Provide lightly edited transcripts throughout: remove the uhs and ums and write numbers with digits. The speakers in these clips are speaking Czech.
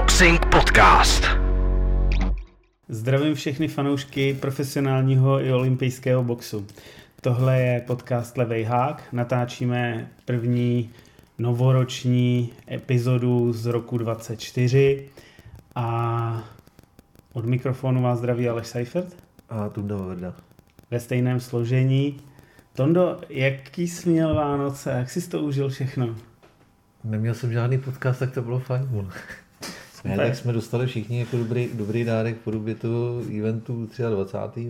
Boxing Podcast. Zdravím všechny fanoušky profesionálního i olympijského boxu. Tohle je podcast Levej hák. Natáčíme první novoroční epizodu z roku 2024 a od mikrofonu vás zdraví Aleš Seifert. A Tunda Vavrda. Ve stejném složení. Tondo, jaký jsi měl Vánoce? Jak jsi to užil všechno? Neměl jsem žádný podcast, tak to bylo fajn. Ne, tak jsme dostali všichni jako dobrý dárek v podobě toho eventu 23.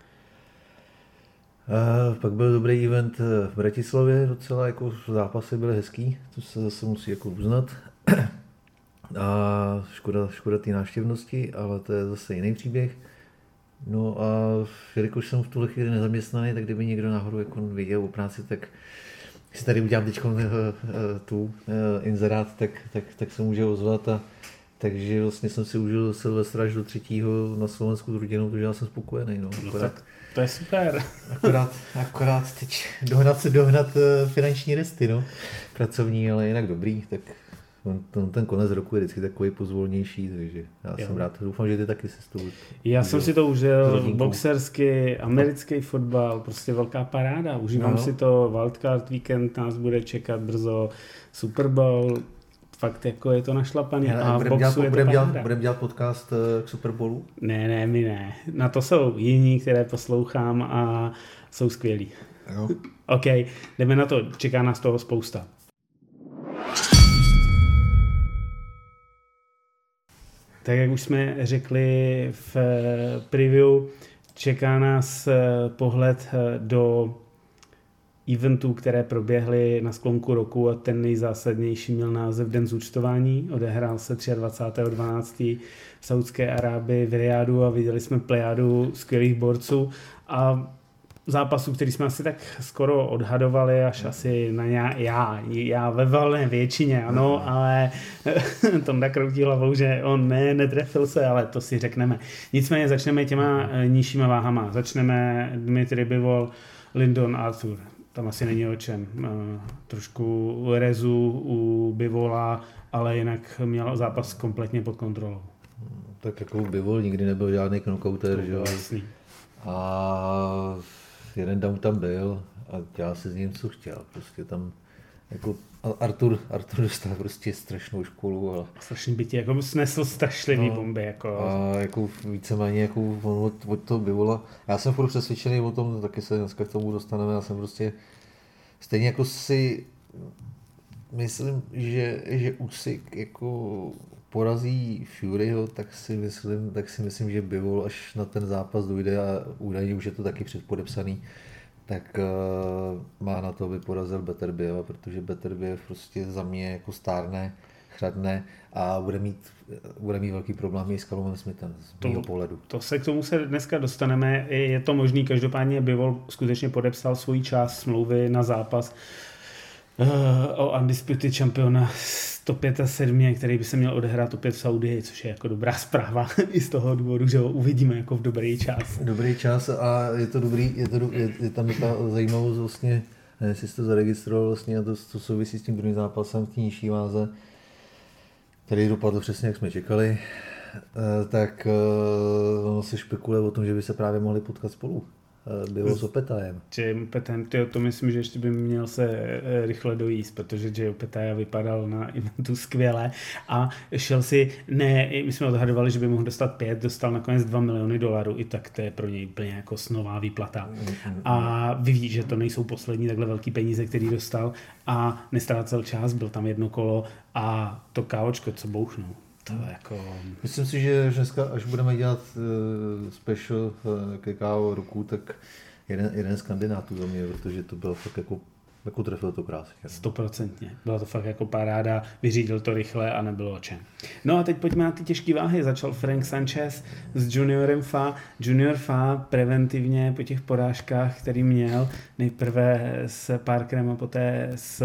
Pak byl dobrý event v Bratislavě, docela jako zápasy byly hezký, to se zase musí jako uznat. A škoda té návštěvnosti, ale to je zase jiný příběh. No a jelikož jsem v tuhle chvíli nezaměstnaný, tak kdyby někdo náhodou jako věděl o práci, tak si tady udělám teď tu inzerát, tak se může ozvat. Takže vlastně jsem si užil Silvestra až do 3. na Slovensku s rodinou, takže já jsem spokojený. No. Tak to je super. Akorát teď dohnat finanční resty, no. Pracovní, ale jinak dobrý, tak ten konec roku je vždycky takový pozvolnější, takže já jsem rád. Doufám, že ty taky si to Já jsem si to užil, boxerský, americký fotbal, prostě velká paráda. Užívám si to, wildcard weekend nás bude čekat brzo, Super Bowl, fakt jako je to našlapaný a v boxu je to paráda. Budeme dělat podcast k Super Bowlu? Ne, my ne. Na to jsou jiní, které poslouchám a jsou skvělí. Jo. OK, jdeme na to, čeká nás toho spousta. Tak jak už jsme řekli v preview, čeká nás pohled do eventů, které proběhly na sklonku roku a ten nejzásadnější měl název Den zúčtování. Odehrál se 23.12. v Saúdské Arábii v Rijádu a viděli jsme plejádu skvělých borců a zápasů, který jsme asi tak skoro odhadovali, až asi na já ve valné většině, ano, ale Tonda kroutí hlavou, že on netrefil se, ale to si řekneme. Nicméně začneme těma nižšíma váhama. Začneme Dmitry Bivol, Lyndon Arthur. Tam asi není o čem. Trošku rezu u Bivola, ale jinak měl zápas kompletně pod kontrolou. Tak jako Bivol nikdy nebyl žádný knockouter, že jo? A jeden down tam byl a dělal si z něm, co chtěl. Prostě tam jako Artur dostal prostě strašnou školu. Ale strašný bytí, jako snesl strašlivý bomby. Jako. A jako víceméně jako od toho Bivola. Já jsem furt přesvědčený o tom, taky se dneska k tomu dostaneme. Já jsem prostě stejně jako si myslím, že Usyk jako porazí Furyho, tak si myslím, že Bivol, až na ten zápas dojde a údajně už je to taky předpodepsaný, tak má na to, aby porazil Beterbiev, protože Beterbiev prostě za mě jako stárne, chradne a bude mít velký problém i s Callumem Smithem z mého pohledu. To se k tomu se dneska dostaneme, je to možný, každopádně Bivol skutečně podepsal svůj část smlouvy na zápas o Undisputed Championa 107, který by se měl odehrát opět v Saudii, což je jako dobrá zpráva i z toho důvodu, že ho uvidíme jako v dobrý čas. Dobrý čas a je to dobrý, je tam ta zajímavost vlastně, jestli jsi to zaregistroval vlastně a to souvisí s tím druhým zápasem v té nižší váze, který dopadl přesně, jak jsme čekali, tak ono se špekuluje o tom, že by se právě mohli potkat spolu. Bylo s Opetajem. Jay Opetajem, to myslím, že ještě by měl se rychle dojíst, protože Jay Opetaja vypadal na eventu skvěle a šel si, my jsme odhadovali, že by mohl dostat 5, dostal nakonec $2 miliony, i tak to je pro něj úplně jako snová výplata. A vy víš, že to nejsou poslední takhle velký peníze, který dostal a nestrácel čas, byl tam jedno kolo a to káočko, co bouchnul. Jako... Myslím si, že dneska, až budeme dělat special ke KO roku, tak jeden z kandidátů za mě, protože to bylo fakt jako trefil to krásně. 100%. Byla to fakt jako paráda, vyřídil to rychle a nebylo o čem. No a teď pojďme na ty těžké váhy. Začal Frank Sanchez s Juniorem Fa. Junior Fa preventivně po těch porážkách, který měl nejprve s Parkerem a poté s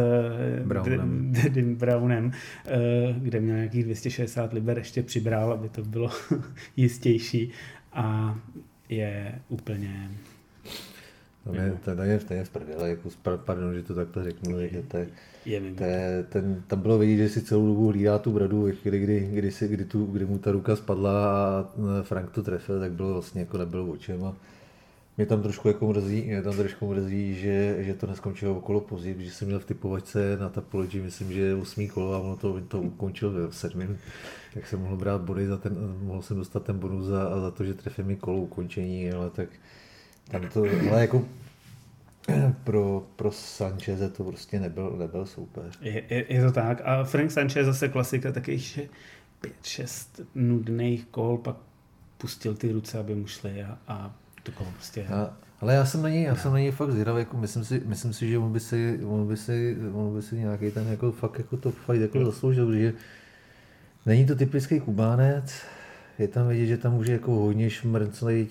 Dedim Brownem, kde měl nějakých 260 liber, ještě přibral, aby to bylo jistější a je úplně... Ten je v prdele, jako, pardon, že to takto řeknu, že tam bylo vidět, že si celou dobu hlídá tu bradu, kdy mu ta ruka spadla a Frank to trefil, tak bylo vlastně jako nebylo očem. A mě tam trošku mrzí, že to neskončilo okolo pozdě, protože jsem měl v typovačce na Tapology, myslím, že 8. kolo a ono to ukončil v 7. Tak jsem mohl brát body mohl jsem dostat ten bonus za to, že trefím mi kolo ukončení, ale tak tam to, ale jako pro Sancheze to prostě nebyl soupeř. Je to tak a Frank Sanchez zase klasika takových 5-6 nudných kol, pak pustil ty ruce, aby mu šly a to kolo prostě... Ale já jsem na něj fakt zvědavý, jako myslím si, že on by si nějaký ten jako fakt jako top fight jako zasloužil, protože není to typický Kubánec, je tam vidět, že tam může jako hodně šmrclej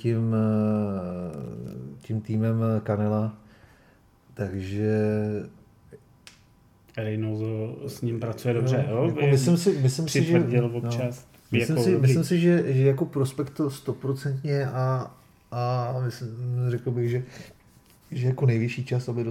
tím týmem Canela, takže... Reynolds s ním pracuje dobře, jo? Jako myslím si, že... občas. Myslím si, že jako prospekt to 100% a řekl bych, že jako nejvyšší čas, aby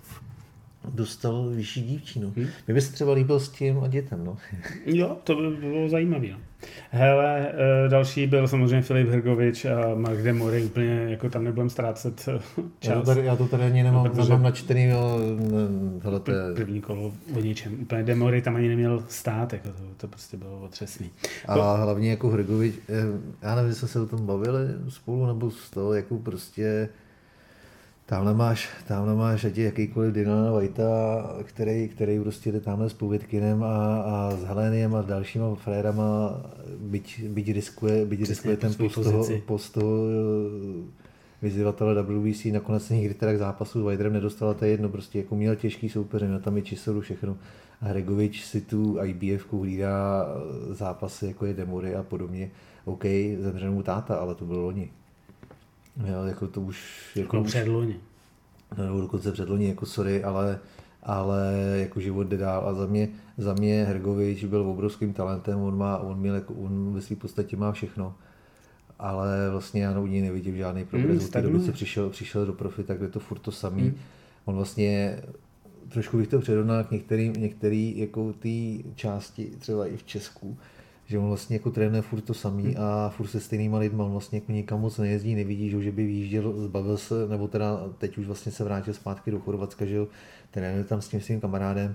dostal vyšší dívčinu. Mě by se třeba líbil s tím a dětem, no. Jo, to by bylo zajímavé. No. Hele, další byl samozřejmě Filip Hrgovič a Mark de Mory, úplně jako tam nebudem ztrácet čas. Já to tady ani nemám načtený, hele, to je... První kolo o ničem. Úplně de Mory tam ani neměl stát, jako to prostě bylo otřesný. A hlavně jako Hrgovič, já nevím, jestli jsme se o tom bavili spolu, nebo z toho, jako prostě tamhle máš ať jakýkoliv Dylana Whitea, který prostě jde tamhle s Povětkinem a s Heleniem a dalšíma frérama, byť riskuje ten post toho vyzývatele WBC, nakonec se nikdy teda k zápasu s Wilderem nedostala, to je jedno, prostě jako měl těžký soupeře, měl tam je Chisoru, všechno. A Hrgovič si tu IBF-ku hlídá zápasy, jako je Demory a podobně. OK, zemřel mu táta, ale to bylo loni. Jo, jako to už... Jako předloni. No, dokonce předloni, jako sorry, ale jako život jde dál a za mě Hrgovič byl obrovským talentem, on ve své podstatě má všechno. Ale vlastně já u něj nevidím žádný progres. Od té doby, co přišel do profi, tak je to furt to samý. On vlastně, trošku bych to přirovnal k některý jako té části, třeba i v Česku, že on vlastně jako trénuje furt to samý a furt se stejnýma lidma, on vlastně jako nikam moc nejezdí, nevidí, že by vyjížděl, zbavil se, nebo teda teď už vlastně se vrátil zpátky do Chorvatska, že trénuje tam s tím svým kamarádem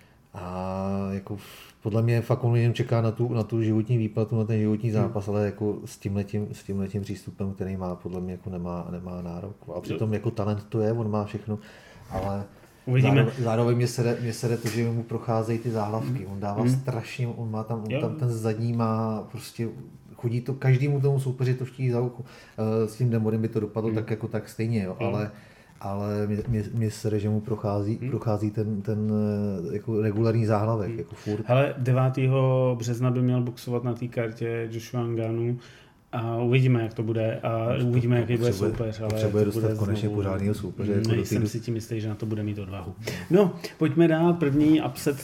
a jako podle mě fakt on jen čeká na tu životní výplatu, na ten životní zápas, ale jako s tímhletím přístupem, který má, podle mě jako nemá nárok. A přitom jako talent to je, on má všechno, ale zároveň mě sere to, že mu procházejí ty záhlavky. On dává strašně, on má tam ten zadní má prostě chodí to, každému tomu soupeři to ští za ucho. S tím Demorem by to dopadlo tak stejně, jo, ale mě sere, že mu prochází ten jako regulární záhlavek, jako furt. Hele, 9. března by měl boxovat na té kartě Joshua Ngannou a uvidíme, jak to bude a uvidíme, jaký bude soupeř. Potřebuje dostat konečně pořádného soupeře. Nejsem si tím jistý, že na to bude mít odvahu. No, pojďme dál. První upset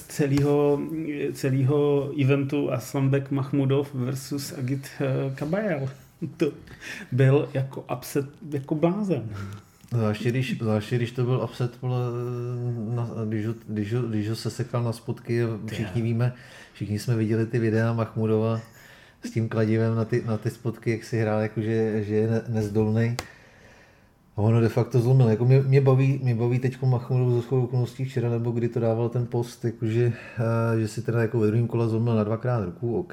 celého eventu Aslanbek Mahmudov versus Agit Kabayel. To byl jako upset jako blázen. Zvláště když to byl upset, když ho sesekal na spotky, všichni jsme viděli ty videa Mahmudova s tím kladivem na ty spotky, jak si hrál, jako že je nezdolnej. A ono de facto zlomil. Jako mě baví teď Mahmudov ze shodou okolností včera, nebo kdy to dával ten post, jakože, že si teda jako ve druhém kole zlomil na 2x ruku, OK.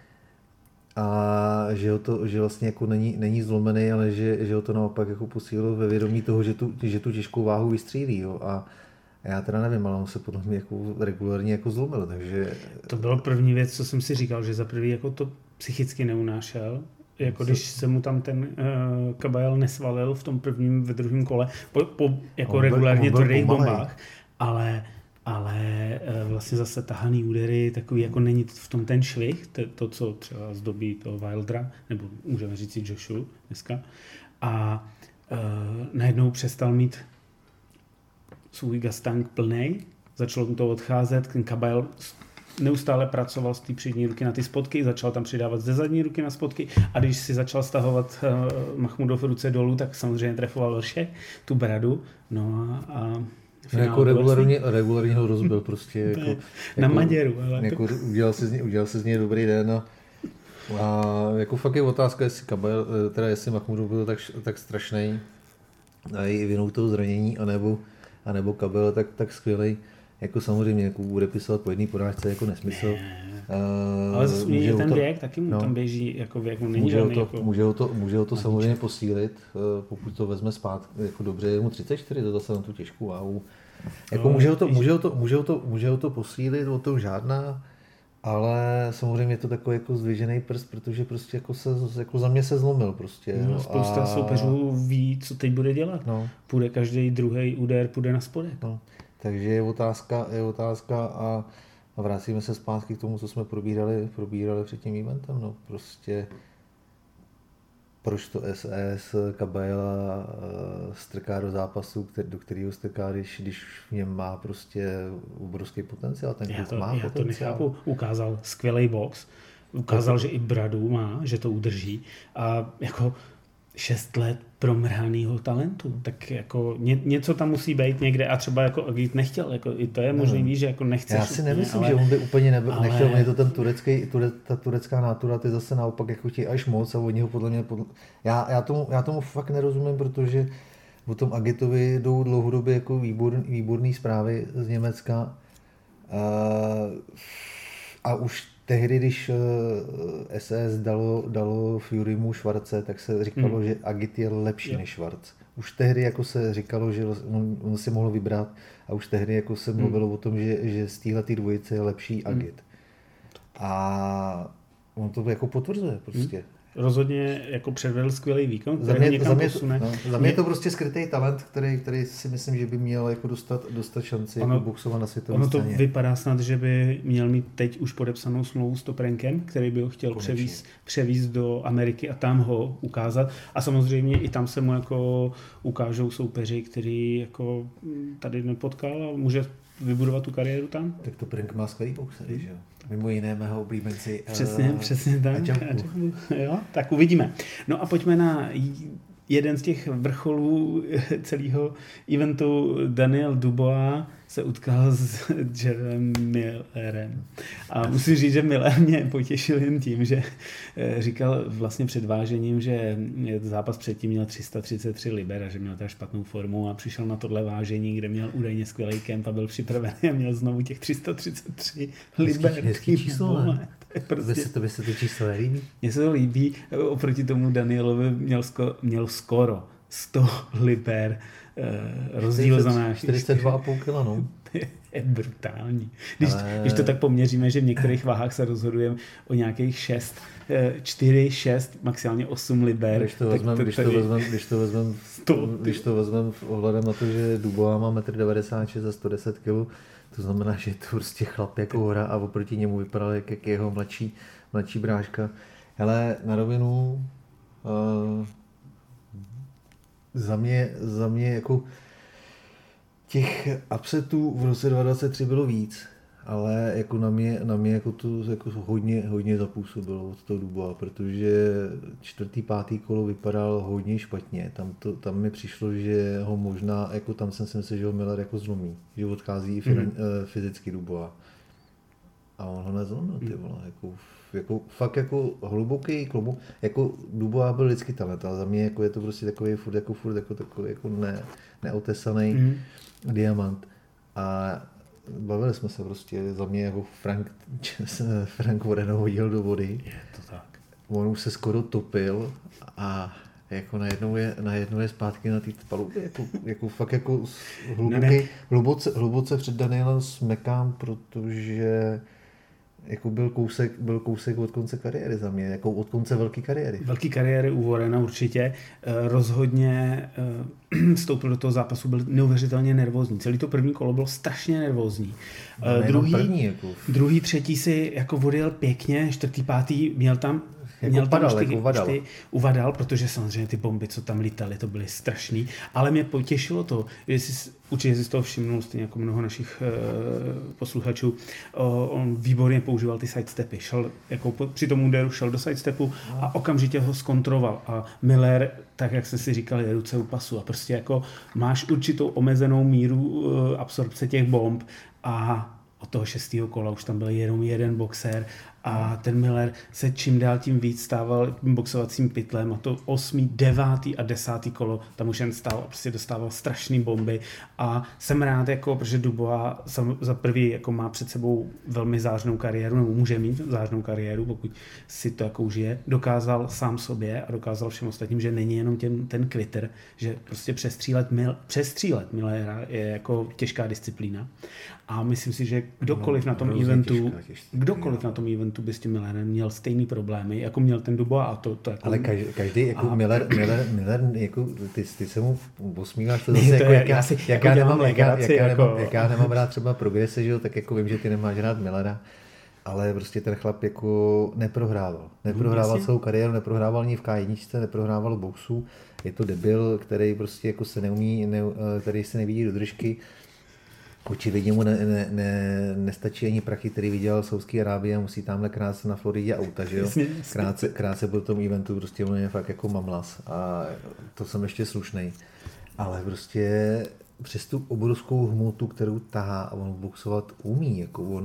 A že vlastně jako není zlomený, ale že ho to naopak jako posílilo ve vědomí toho, že tu těžkou váhu vystřílí. Jo. A já teda nevím, ale on se podle mě jako regulárně jako zlomil, takže... To bylo první věc, co jsem si říkal, že za prvý jako to psychicky neunášel, jako když se mu tam ten Kabayel nesvalil v tom prvním, ve druhém kole, po jako regulárně tvrdých bombách, ale vlastně zase tahaný údery, takový jako není v tom ten švih, to co třeba zdobí toho Wildera, nebo můžeme říct si Joshu dneska, a najednou přestal mít svůj gastank plnej, začalo mu to odcházet, ten Kabayel neustále pracoval z té přední ruky na ty spotky, začal tam přidávat ze zadní ruky na spotky a když si začal stahovat Mahmudov ruce dolů, tak samozřejmě trefoval Vršek, tu bradu, no a jako regulárně ho rozbil prostě. Jako na Maděru. Ale jako udělal si z něj dobrý den a jako fakt je otázka, jestli Mahmudov byl tak strašný a i vinou toho zranění, anebo Kabel tak skvělej. Jako samozřejmě jako bude pisovat po jedné porážce jako nesmysl. Ale zase je ten věk, taky mu tam běží jako věk, mu není žádný. Může ho to samozřejmě posílit, pokud to vezme zpátky, jako dobře, je mu 34, to zase na tu těžkou váhu. Jako může ho to posílit, o tom žádná, ale samozřejmě je to takový jako zdvižený prst, protože prostě jako za mě se zlomil prostě. No, spousta soupeřů ví, co teď bude dělat. No. Půjde každý druhý úder, půjde na spodek. No. Takže je otázka a vracíme se zpátky k tomu, co jsme probírali před tím eventem. No, prostě proč to SS Kabajela strká do zápasu, do kterého strká, když v něm má prostě obrovský potenciál. Ten kluk má potenciál. Já to nechápu. Ukázal skvělý box, ukázal, že i bradu má, že to udrží a jako 6 let promrhanýho talentu, tak jako něco tam musí být někde a třeba jako Agit nechtěl, jako i to je možný, víš, že jako nechceš. Já si nemyslím, že on by úplně nechtěl, mě to ta turecká nátura, ty zase naopak jako chtějí až moc a od něho podle mě, já tomu fakt nerozumím, protože o tom Agitovi jdou dlouhodobě jako výborný zprávy z Německa a už tehdy, když SS dalo Furymu Schwarze, tak se říkalo, že Agit je lepší než Schwarz. Už tehdy jako se říkalo, že on si mohl vybrat a už tehdy jako se mluvilo o tom, že z téhletý dvojice je lepší Agit. A on to jako potvrzuje prostě. Rozhodně jako předvedl skvělý výkon, za mě je to prostě skrytý talent, který si myslím, že by měl jako dostat šanci jako boxovat na světové scéně. Ono to vypadá snad, že by měl mít teď už podepsanou smlouvu s Toprenkem, který by ho chtěl převízt do Ameriky a tam ho ukázat. A samozřejmě i tam se mu jako ukážou soupeři, který jako tady nepotkal a může vybudovat tu kariéru tam. Tak Toprenk má skvělý boxery, že jo? Mimo jiné mého oblíbenci. Přesně tak. Jo, tak uvidíme. No a pojďme na jeden z těch vrcholů celého eventu. Daniel Dubois se utkal s Jerem Millerem. A musím říct, že Miller mě potěšil jen tím, že říkal vlastně před vážením, že zápas předtím měl 333 liber a že měl tak špatnou formu a přišel na tohle vážení, kde měl údajně skvělý kemp a byl připravený a měl znovu těch 333 liber. Hezký číslo, ne? Prostě, to by se to číslo nelíbí? Mně se to líbí, oproti tomu Danielovi měl skoro 100 liber rozdíl za náš 42,5 kg, no. Je brutální. Když to tak poměříme, že v některých váhách se rozhodujeme o nějakých 4, 6, maximálně 8 liber. Když to vezmeme ohledem na to, že Dubois má 1,96 m a 110 kg, to znamená, že je to prostě chlap jako hora a oproti němu vypadal jak jeho mladší bráška. Ale na rovinu za mě jako těch upsetů v roce 2023 bylo víc, ale jako na mě jako to jako hodně zapůsobilo od toho Dubois, protože 4., 5. kolo vypadal hodně špatně. Tam mi přišlo, že ho možná, jako tam jsem si myslel, že ho Miller jako zlomí, že odchází fyzicky Dubois. A on ho nezlomil, ty vole, jako fakt jako hluboký klobouk, jako Dubois byl lidský talent, ale za mě jako je to prostě takový furt takový jako neotesaný diamant. A bavili jsme se prostě, za mě jako Frank Warren hodil do vody. Je to tak. On už se skoro topil a jako najednou je zpátky na té palubě, jako fakt jako hluboce před Danielem smekám, protože jako byl kousek od konce kariéry za mě, jako od konce velké kariéry. Velký kariéry u Warrena určitě. Rozhodně vstoupil do toho zápasu, byl neuvěřitelně nervózní. Celý to první kolo bylo strašně nervózní. Druhý, třetí si jako odjel pěkně, 4., 5. měl tam Měl padal, uvadal, protože samozřejmě ty bomby, co tam lítaly, to byly strašný, ale mě potěšilo to, že určitě si z toho všimnul, stejně jako mnoho našich posluchačů, on výborně používal ty sidestepy, šel, jako při tom úderu šel do sidestepu a okamžitě ho zkontroval a Miller, tak jak jsme si říkali, je ruce u pasu a prostě jako máš určitou omezenou míru absorpce těch bomb a od toho 6. kola už tam byl jenom jeden boxer a ten Miller se čím dál tím víc stával boxovacím pytlem a to 8., 9. a 10. kolo tam už jen stál a prostě dostával strašný bomby a jsem rád, jako, protože Dubois za prvý jako má před sebou velmi zářnou kariéru, nebo může mít zářnou kariéru, pokud si to jako užije, dokázal sám sobě a dokázal všem ostatním, že není jenom ten quitter, že prostě přestřílet Millera je jako těžká disciplína. A myslím si, že kdokoliv na tom eventu by s tím Millerem měl stejný problémy, jako měl ten Dubois a to jako... Ale každý, jako Miller, jako ty se mu posmíváš, to zase jako jak já nemám rád třeba progrese, že jo, tak jako vím, že ty nemáš rád Millera, ale prostě ten chlap jako neprohrával celou kariéru, neprohrával ani v K1, neprohrával v boxu, je to debil, který prostě jako se neumí, který se nevidí do držky. Očividně mu nestačí ani prachy, který vydělal Saúdské Arábie a musí tamhle krátce na Floridě auta, že jo? Krátce po tom eventu, prostě on je fakt jako mamlas a to jsem ještě slušnej. Ale prostě přes tu obrovskou hmotu, kterou tahá a on boxovat umí,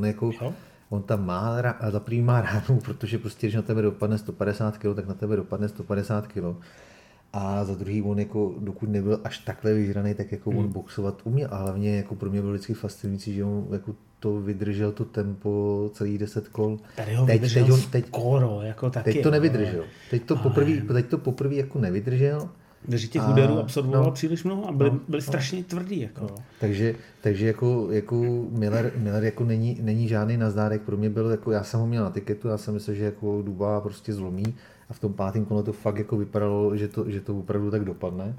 on tam má, a za první má ránu, protože prostě, když na tebe dopadne 150 kg, tak na tebe dopadne 150 kg. A za druhý on jako, dokud nebyl až takhle vyžraný, tak jako on boxovat uměl a hlavně jako pro mě bylo vždycky fascinující, že on jako to vydržel to tempo celých 10 kol. Tady ho vydržel skoro, jako taky. Teď to nevydržel. Teď to poprvé jako nevydržel. Takže těch úderů absolvoval příliš mnoho a byli strašně tvrdý. Jako. Takže jako Miller jako není žádný nazdárek. Pro mě byl jako, já jsem ho měl na tiketu, já jsem myslel, že jako Dubois prostě zlomí a v tom 5. kole to fakt jako vypadalo, že to opravdu tak dopadne.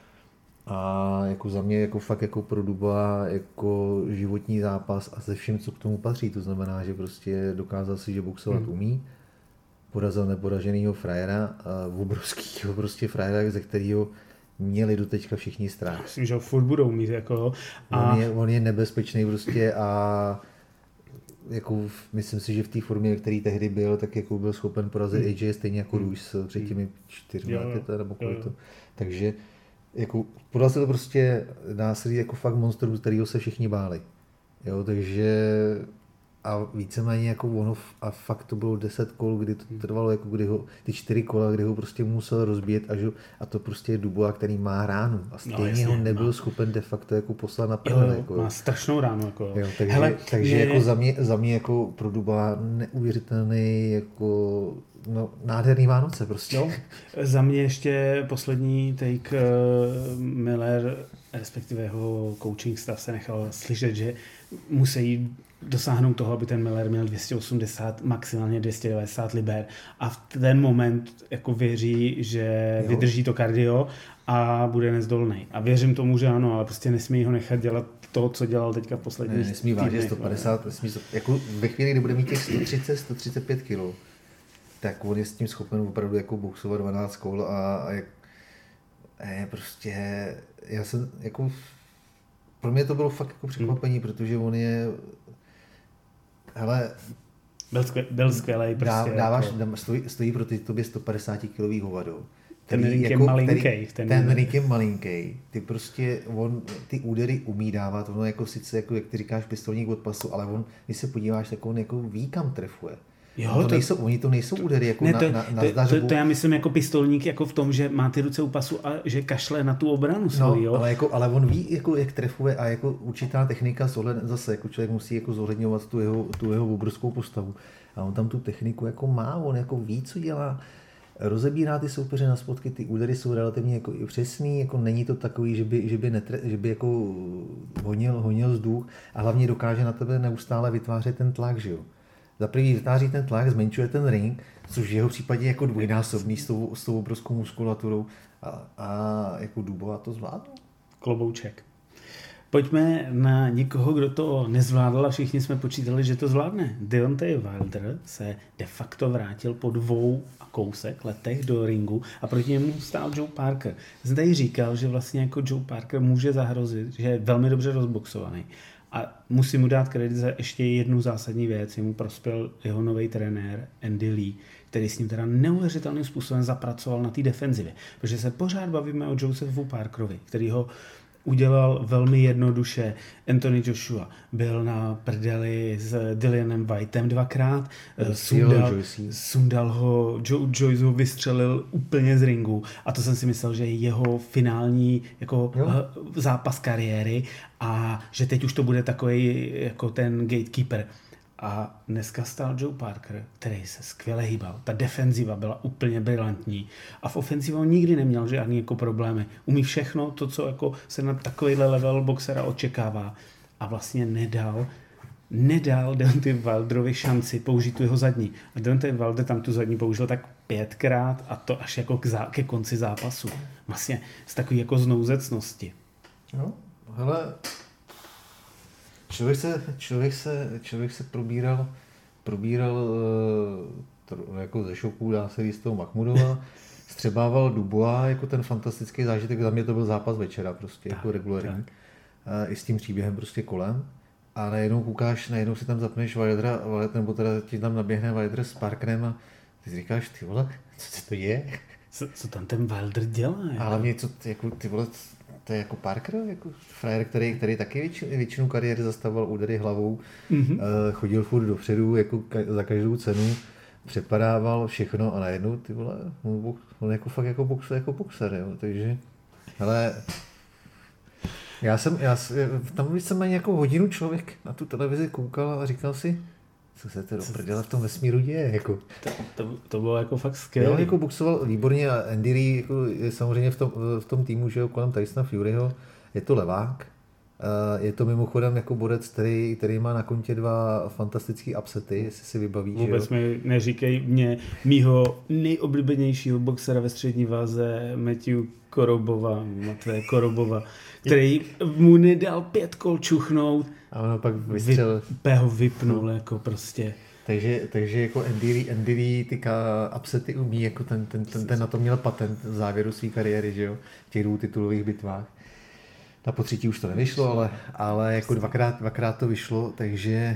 A jako za mě jako fakt jako pro Dubois jako životní zápas a se vším, co k tomu patří. To znamená, že prostě dokázal si, že boxovat umí. Porazil neporaženýho frajera, obrovskýho prostě frajera, ze kterého měli doteďka všichni strach. Myslím, že ho furt budou mít. Jako, on je nebezpečný prostě a jako myslím si, že v té formě, který tehdy byl, tak jako byl schopen porazit AJ stejně jako Ruiz s 3. lety nebo kolik to. Takže jako porazil prostě, dá se říct, jako fakt monstrum, z kterého se všichni báli. Jo, takže a víceméně jako ono, a fakt to bylo 10 kol, kdy to trvalo, jako kdy ho, ty 4 kola, kdy ho prostě musel rozbít a to prostě je Dubois, který má ránu a stejně ho nebyl schopen de facto jako poslat na prdel. Jako, má strašnou ránu. Jako. Jo, takže jako za mě jako pro Dubois neuvěřitelný jako nádherný Vánoce prostě. Jo. Za mě ještě poslední take Miller, respektive jeho coaching staff se nechal slyšet, že musí dosáhnout toho, aby ten Miller měl 280, maximálně 290 liber a v ten moment jako věří, že vydrží to kardio a bude nezdolný. A věřím tomu, že ano, ale prostě nesmí ho nechat dělat to, co dělal teďka v posledních týdnech. Nesmí vážit 150, jako ve chvíli, kdy bude mít těch 130-135 kg, tak on je s tím schopen opravdu jako boxovat 12 kol a prostě já jsem jako pro mě to bylo fakt jako překvapení, protože on je hele, byl skvělej prostě. Stojí proti tobě 150 kilový hovado. Ten ring je malinký. Ten ring je malinký. Ty prostě, ty údery umí dávat, ono jako sice, jako jak ty říkáš, pistolník od pasu, ale on, když se podíváš, tak on jako ví, kam trefuje. Jo, oni to nejsou údery jako na zdařbu. To já myslím jako pistolník jako v tom, že má ty ruce u pasu a že kašle na tu obranu svoji, jo. Ale on ví, jako, jak trefuje a jako určitá technika zase, jako člověk musí jako zohledňovat tu jeho obrovskou postavu. A on tam tu techniku jako má, on jako ví, co dělá. Rozebírá ty soupeře na spotky, ty údery jsou relativně jako i přesný, jako není to takový, že by jako honil vzduch a hlavně dokáže na tebe neustále vytvářet ten tlak, že jo. Za první vytváří ten tlak, zmenšuje ten ring, což v jeho případě jako dvojnásobný s tou obrovskou muskulaturou a jako Dubois to zvládl. Klobouček. Pojďme na někoho, kdo to nezvládl a všichni jsme počítali, že to zvládne. Deontay Wilder se de facto vrátil po 2 a kousek letech do ringu a proti němu stál Joe Parker. Jsem tady říkal, že vlastně jako Joe Parker může zahrozit, že je velmi dobře rozboxovaný. A musím mu dát kredit za ještě jednu zásadní věc. Jemu prospěl jeho nový trenér Andy Lee, který s ním teda neuvěřitelným způsobem zapracoval na té defenzivě. Protože se pořád bavíme o Josephu Parkerovi, který ho udělal velmi jednoduše. Anthony Joshua byl na prdeli s Dillianem Whiteem 2krát, sundal ho, Joyce ho vystřelil úplně z ringu a to jsem si myslel, že je jeho finální jako zápas kariéry a že teď už to bude takový jako ten gatekeeper. A dneska stál Joe Parker, který se skvěle hýbal. Ta defenziva byla úplně brilantní. A v ofenzivou nikdy neměl žádný jako problémy. Umí všechno to, co jako se na takovýhle level boxera očekává. A vlastně nedal Deontay Wilderovi šanci použít tu jeho zadní. A Deontay Wilder tam tu zadní použil tak 5krát a to až jako ke konci zápasu. Vlastně z takový jako znouzecnosti. No, hele... Člověk se probíral jako ze šoku, dá se říct, toho Mahmudova, střebával Dubois jako ten fantastický zážitek, za mě to byl zápas večera prostě, jako regulární, i s tím příběhem prostě kolem. A najednou koukáš, najednou si tam zapneš Wildera, nebo teda ti tam naběhne Wilder s Parkerem a ty si říkáš, ty vole, co to je? Co tam ten Wilder dělá? A hlavně, co, jako, ty vole, to je jako Parker, jako frajer, který taky většinu kariéry zastavoval údery hlavou, chodil furt dopředu jako za každou cenu, přepadával všechno a najednou, ty vole, on jako fakt jako boxer, jo, takže, hele, tam jsem ani jako hodinu člověk na tu televizi koukal a říkal si, co se to prdele v tom vesmíru děje, jako. To bylo jako fakt skvělé. On jako boxoval výborně a Andy Lee jako je samozřejmě v tom týmu, že jo, kolem Tysona Furyho, je to levák. Je to mimochodem jako borec, který má na kontě 2 fantastický upsety, jestli si vybavíš. Vůbec mi neříkej mě mýho nejoblíbenějšího boxera ve střední váze Matthew Korobova, který mu nedal 5 kol čuchnout a ono pak vystřelil. Ho vypnul jako prostě. Takže jako Andy Lee ty upsety umí, jako ten na to měl patent v závěru své kariéry, že jo, v těch 2 titulových bitvách. Na potřetí už to nevyšlo, ale jako dvakrát to vyšlo, takže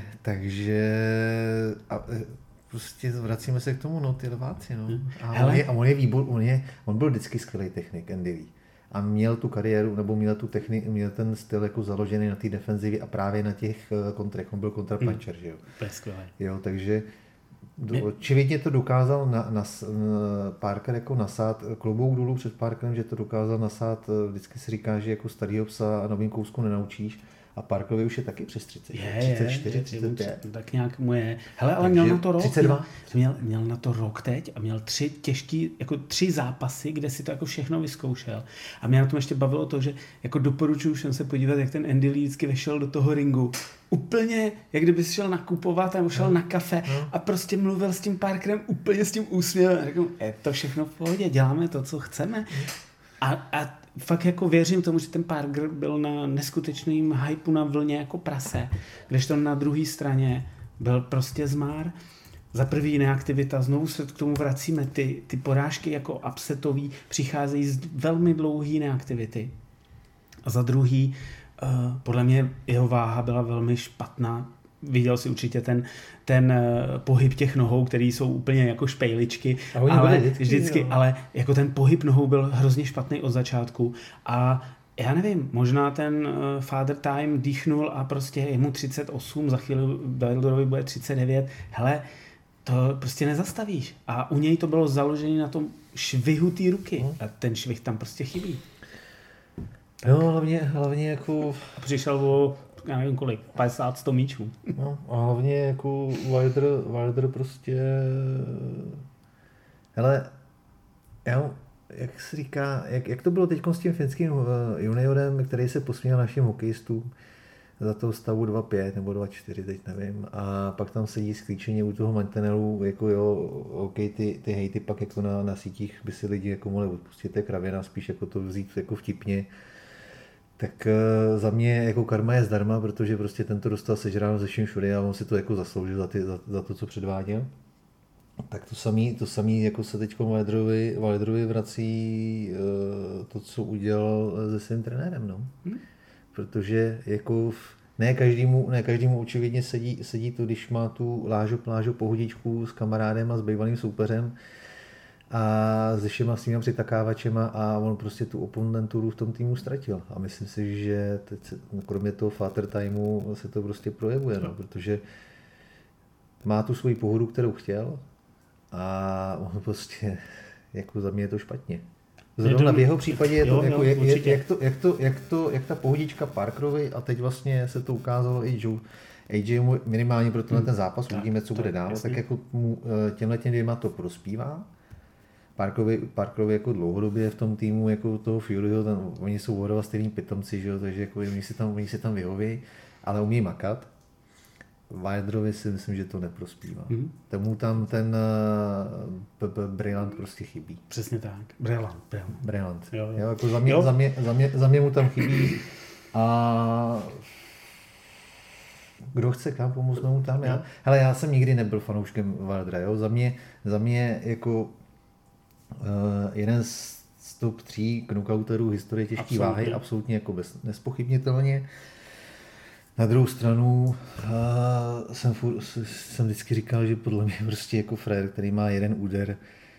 a prostě vracíme se k tomu, no, ty leváci, no. A on je výborný, on byl vždycky skvělý technik, Andy Lee. A měl tu kariéru, nebo měl ten styl jako založený na té defenzivě a právě na těch kontrech. On byl kontrapuncher, že jo. To je skvělé. Jo, takže očividně to dokázal Parker jako nasát, klobouk dolů před Parkerem, že to dokázal nasát, vždycky si říká, že jako starýho psa a novým kousku nenaučíš. A Parkerovi už je taky přes 30. 34, 35. Tak nějak mu je. Hele, ale měl na to rok. 32. Měl na to rok teď a měl 3 zápasy, kde si to jako všechno vyzkoušel. A mě na tom ještě bavilo to, že jako doporučuji všem se podívat, jak ten Andy Lee vždycky vešel do toho ringu. Úplně, jak kdyby šel nakupovat nebo šel na kafe a prostě mluvil s tím Parkerem úplně s tím úsměvem. A řekl, je to všechno v pohodě, děláme to, co chceme. A fakt jako věřím tomu, že ten Parker byl na neskutečným hypeu na vlně jako prase, kdežto na druhé straně byl prostě zmár. Za první neaktivita, znovu se k tomu vracíme, ty porážky jako upsetový přicházejí z velmi dlouhé neaktivity. A za druhý, podle mě jeho váha byla velmi špatná. Viděl si určitě ten pohyb těch nohou, který jsou úplně jako špejličky, ale vždycky, ale jako ten pohyb nohou byl hrozně špatný od začátku a já nevím, možná ten Father Time dýchnul a prostě je mu 38, za chvíli Wilderovi bude 39, hele, to prostě nezastavíš a u něj to bylo založené na tom švihu té ruky a ten švih tam prostě chybí. No, hlavně jako... A přišel o, já nevím kolik, 50-100 míčů. No, a hlavně jako Wilder prostě... Hele, jak se říká, jak to bylo teď s tím finským juniorem, který se posmíval našim hokejistům za toho stavu 2-5 nebo 2-4, teď nevím, a pak tam sedí sklíčeně u toho mantinelu, jako jo, ok, ty hejty pak jako na sítích by si lidi jako mohli odpustit, to je kravěna, spíš jako to vzít jako vtipně. tak za mě jako karma je zdarma, protože prostě tento dostal sežráno ze všem všude a on si to jako zasloužil za to, co předváděl. Tak to samý jako se teď Wilderovi vrací to, co udělal se svým trenérem, no. Protože jako ne každému očividně sedí to, když má tu Lážo pohodičku s kamarádem a s bývalým soupeřem a se všema svýma přitakávačema a on prostě tu oponenturu v tom týmu ztratil. A myslím si, že teď kromě toho father timeu se to prostě projevuje, no, protože má tu svoji pohodu, kterou chtěl a on prostě, jako za mě je to špatně. Zrovna v jeho případě je to, jak ta pohodička Parkerovi a teď vlastně se to ukázalo i AJ minimálně pro ten zápas, uvidíme, co bude dál, tak jako těmhle dvěma to prospívá. Parkerovi jako dlouhodobě v tom týmu jako toho Furyho, oni jsou oba stejní pitomci, že jo, takže jako oni si tam vyhoví, ale umí makat. Wilderovi si myslím, že to neprospívá. Tomu tam ten Brillant prostě chybí. Přesně tak. Brillant. Jo, jako za mě mu tam chybí a kdo chce kam pomoct mu tam. Já jsem nikdy nebyl fanouškem Wildera. Jo? Za mě jako jeden z top 3 knockouterů historie těžké váhy, absolutně jako nespochybnitelně. Na druhou stranu jsem vždycky říkal, že podle mě prostě jako frajer, který má jeden úder,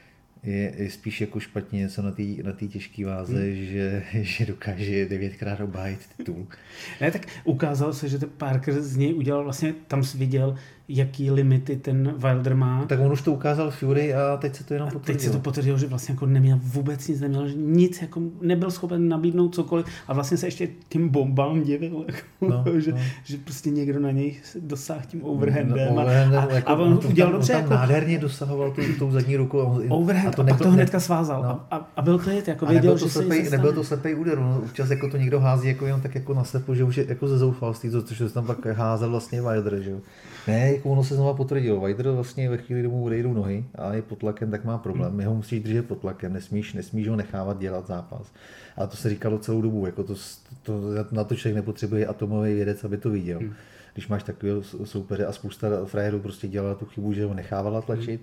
je spíš jako špatně něco na té těžké váze, že dokáže 9krát obhájit titul. Ne, tak ukázalo se, že ten Parker z něj udělal vlastně, tam jsi viděl, jaký limity ten Wilder má. Tak on už to ukázal Fury a teď se to jenom potvrdilo. Teď se to potvrdilo, že vlastně jako neměl vůbec nic, jako nebyl schopen nabídnout cokoliv a vlastně se ještě tím bombám divil, jako, že prostě někdo na něj dosáhl tím overhandem a on udělal dobře. On tam nádherně dosahoval tou zadní rukou. Overhand a pak to hnedka svázal a byl klid, jako věděl, že se nebyl to slepej úder, občas jako to někdo hází jako jenom tak jako na slepo, že už je jako ze zoufalství, což se tam pak házel vlastně Wilder, že jo. Ne, jako ono se znova potvrdilo. Wilder vlastně ve chvíli, kdy mu odejdou nohy a je pod tlakem, tak má problém. My ho musíš držet pod tlakem, nesmíš ho nechávat dělat zápas. A to se říkalo celou dobu, jako na to člověk nepotřebuje atomový vědec, aby to viděl. Když máš takového soupeře a spousta frajerů prostě dělala tu chybu, že ho nechávala tlačit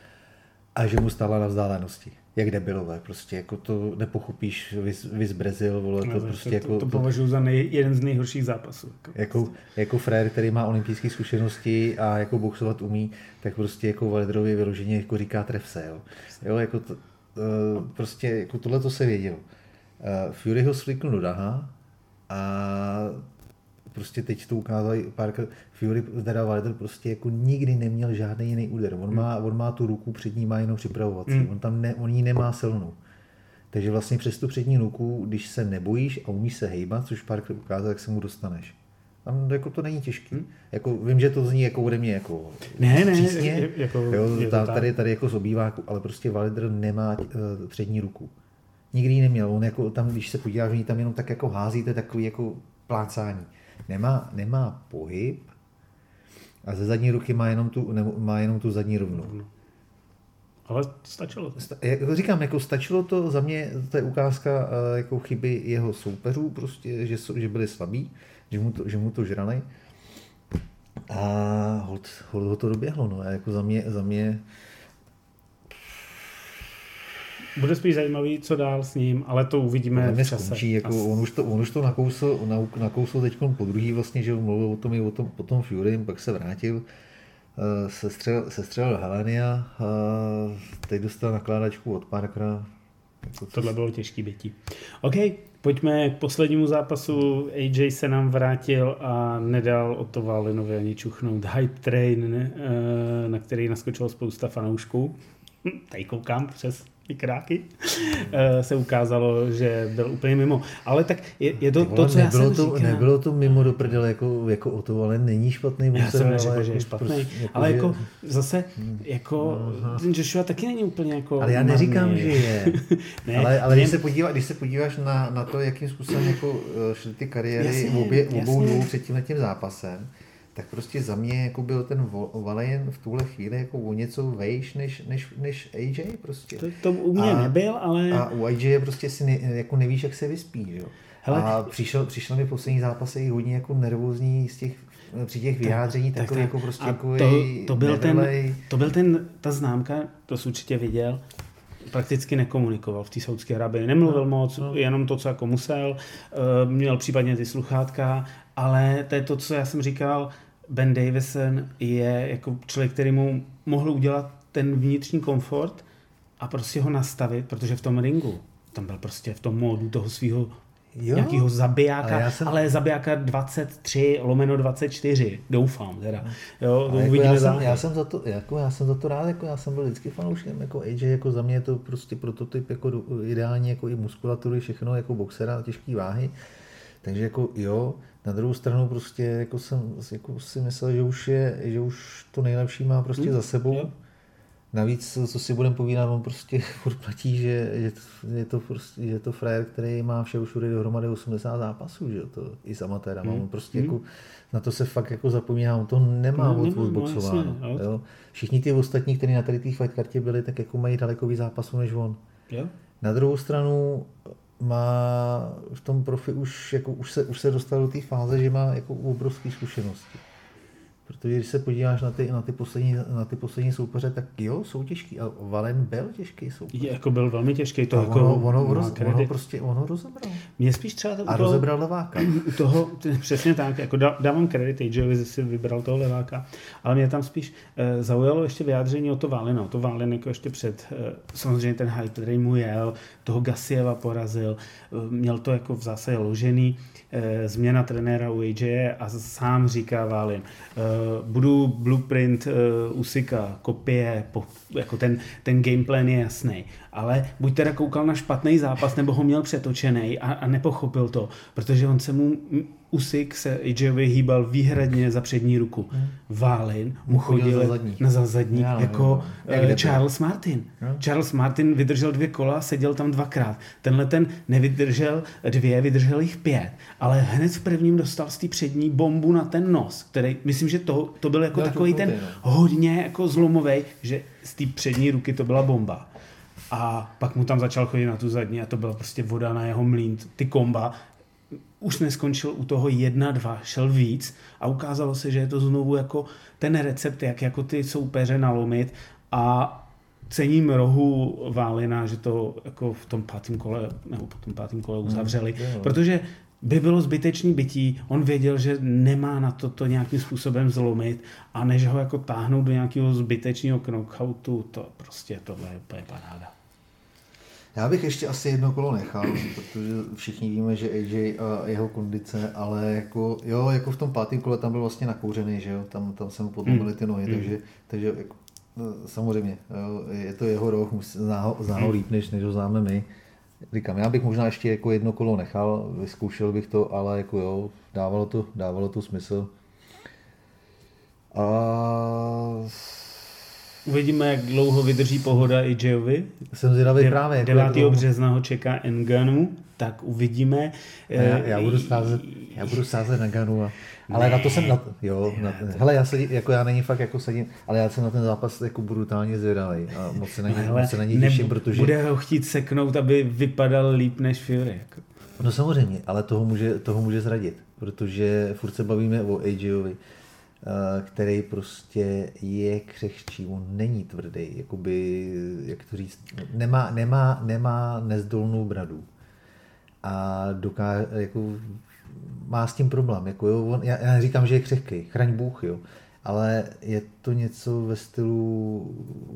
a že mu stála na vzdálenosti. Jak debilové, prostě jako to nepochopíš, vys Brazil, vole, to prostě jako... To považuji za jeden z nejhorších zápasů. Jako frajer, který má olympijské zkušenosti a jako boxovat umí, tak prostě jako Wilderovi vyloženě jako říká tref se, jo jako prostě jako tohle to se vědělo. Fury ho svlikl do daha a prostě teď to ukázal Parker, Fury, teda Wilder prostě jako nikdy neměl žádný jiný úder. On má tu ruku přední, má jenom připravovací. On ji nemá silnou. Takže vlastně přes tu přední ruku, když se nebojíš a umíš se hejbat, což Parker ukázal, tak se mu dostaneš. Tam jako to není těžký. Jako, vím, že to zní jako ode mě jako přísně, tady jako z obýváku, ale prostě Wilder nemá přední ruku. Nikdy ji neměl. On jako tam, když se podíváš, oni tam jenom tak jako házíte takový jako plácání. Nemá pohyb a ze zadní ruky má jenom tu zadní rovnou. Ale stačilo to. Jak říkám, jako stačilo to, za mě to je ukázka jako chyby jeho soupeřů, prostě, že byli slabí, že mu to žrali a hod to doběhlo. No. A jako za mě bude spíš zajímavý, co dál s ním, ale to uvidíme v čase. Skončí, jako on už to nakousl teď po druhý vlastně, že mluvil o tom i po tom Fury, pak se vrátil, sestřelil Helenia, teď dostal nakládačku od Parkera. Tohle bylo těžký bytí. OK, pojďme k poslednímu zápasu. AJ se nám vrátil a nedal Otto Wallinovi ani čuchnout. Hype train, na který naskočilo spousta fanoušků. Tady koukám přes kráky, se ukázalo, že byl úplně mimo. Ale tak je to co já jsem říkal. Nebylo to mimo do prdele jako o to, ale není špatný boxer. Já jsem neřekl, že je špatný. Ale jako zase, jako ten Joshua taky není úplně jako... Ale já neříkám, že je. Ne, ale když se podíváš na to, jakým způsobem jako šly ty kariéry obou dvou před tímhletím zápasem, tak prostě za mě jako byl ten Wallin v tuhle chvíli jako o něco vejš než AJ prostě. To u mě nebyl, ale... A u AJ prostě si jako nevíš, jak se vyspí, jo. Hele, a přišel mi v posledních zápasech hodně jako nervózní při těch vyjádření, takový jako prostě jako to byl ta známka, to jsi určitě viděl, prakticky nekomunikoval v té Saúdské Arábii, nemluvil moc, jenom to, co jako musel, měl případně ty sluchátka, ale to je to, co já jsem říkal, Ben Davison je jako člověk, který mu mohl udělat ten vnitřní komfort a prostě ho nastavit, protože v tom ringu, tam byl prostě v tom módu toho svého nějakého zabijáka, ale zabijáka 23/24, doufám teda. Jo, to uvidíme já jsem za to rád, jako já jsem byl vždycky fanouškem, jako AJ, jako za mě je to prostě prototyp jako ideální, jako i muskulatury, všechno, jako boxera, těžké váhy, takže jako jo, na druhou stranu prostě jako jsem jako si myslel, že už to nejlepší má prostě za sebou. Jo. Navíc, co si budeme povídat, on prostě furt platí, že je to frajer, který má všude dohromady 80 zápasů, že jo, to i s amatérama. On prostě jako, na to se fakt jako zapomíná, on to nemá odboxováno. Jo. Všichni ty ostatní, kteří na tady té fight kartě byli, tak jako mají daleko víc zápasů než on. Jo. Na druhou stranu má v tom profi už se dostal do té fáze, že má jako obrovské zkušenosti. Protože když se podíváš na ty poslední soupeře, tak jo, jsou těžký. A Wallin byl těžký soupeř. Jako byl velmi těžký. To ono ho rozebral. Mě spíš třeba a rozebral leváka. U toho, přesně tak, jako dávám kredit AJovi, že si vybral toho leváka, ale mě tam spíš zaujalo ještě vyjádření o to Wallina. To Wallin jako ještě před, samozřejmě ten hype, který mu jel, toho Gassieva porazil, měl to jako v zásadě ložený, změna trenéra u AJ a sám říká Wallin, budu blueprint Usyka, kopie, jako ten gameplan je jasný, ale buď teda koukal na špatný zápas, nebo ho měl přetočený a nepochopil to, protože on se mu Usyk se AJovi hýbal výhradně za přední ruku. Wallin mu chodil za zadní jako Charles Martin. Charles Martin vydržel 2 kola, seděl tam 2krát. Tenhle ten nevydržel 2, vydržel jich 5. Ale hned v prvním dostal z té přední bombu na ten nos, který, myslím, že to byl jako takový ten hodně jako zlomovej, že z té přední ruky to byla bomba. A pak mu tam začal chodit na tu zadní a to byla prostě voda na jeho mlýn, ty komba. Už neskončil u toho 1-2, šel víc a ukázalo se, že je to znovu jako ten recept, jak jako ty soupeře nalomit a cením rohu Wallina, že to jako v tom 5. kole nebo po tom 5. kole uzavřeli, protože by bylo zbytečný bytí, on věděl, že nemá na to nějakým způsobem zlomit a než ho jako táhnout do nějakého zbytečného knockoutu, to prostě tohle je úplně paráda. Já bych ještě asi 1 kolo nechal, protože všichni víme, že AJ a jeho kondice, ale jako v tom 5. kole tam byl vlastně nakouřený, že jo, tam se mu podlomily ty nohy, takže jako, samozřejmě je to jeho roh, zná ho líp, než ho známe my. Říkám, já bych možná ještě jako 1 kolo nechal, vyzkoušel bych to, ale jako jo, dávalo to smysl. Uvidíme, jak dlouho vydrží pohoda AJovi. Jsem zvědavý právě. 9. března ho čeká Ngannou, tak uvidíme. Já budu sázet na Ngannou. Ale na to jsem... hele, já není fakt jako sedím, ale já jsem na ten zápas jako brutálně zvědavý a moc se na něj těším, protože... Bude ho chtít seknout, aby vypadal líp než Fury. Jako. No samozřejmě, ale toho může zradit, protože furt se bavíme o AJovi, který prostě je křehčí, on není tvrdý, jakoby, jak to říct, nemá nezdolnou bradu a má s tím problém, jako jo, já neříkám, že je křehký, chraň Bůh, jo, ale je to něco ve stylu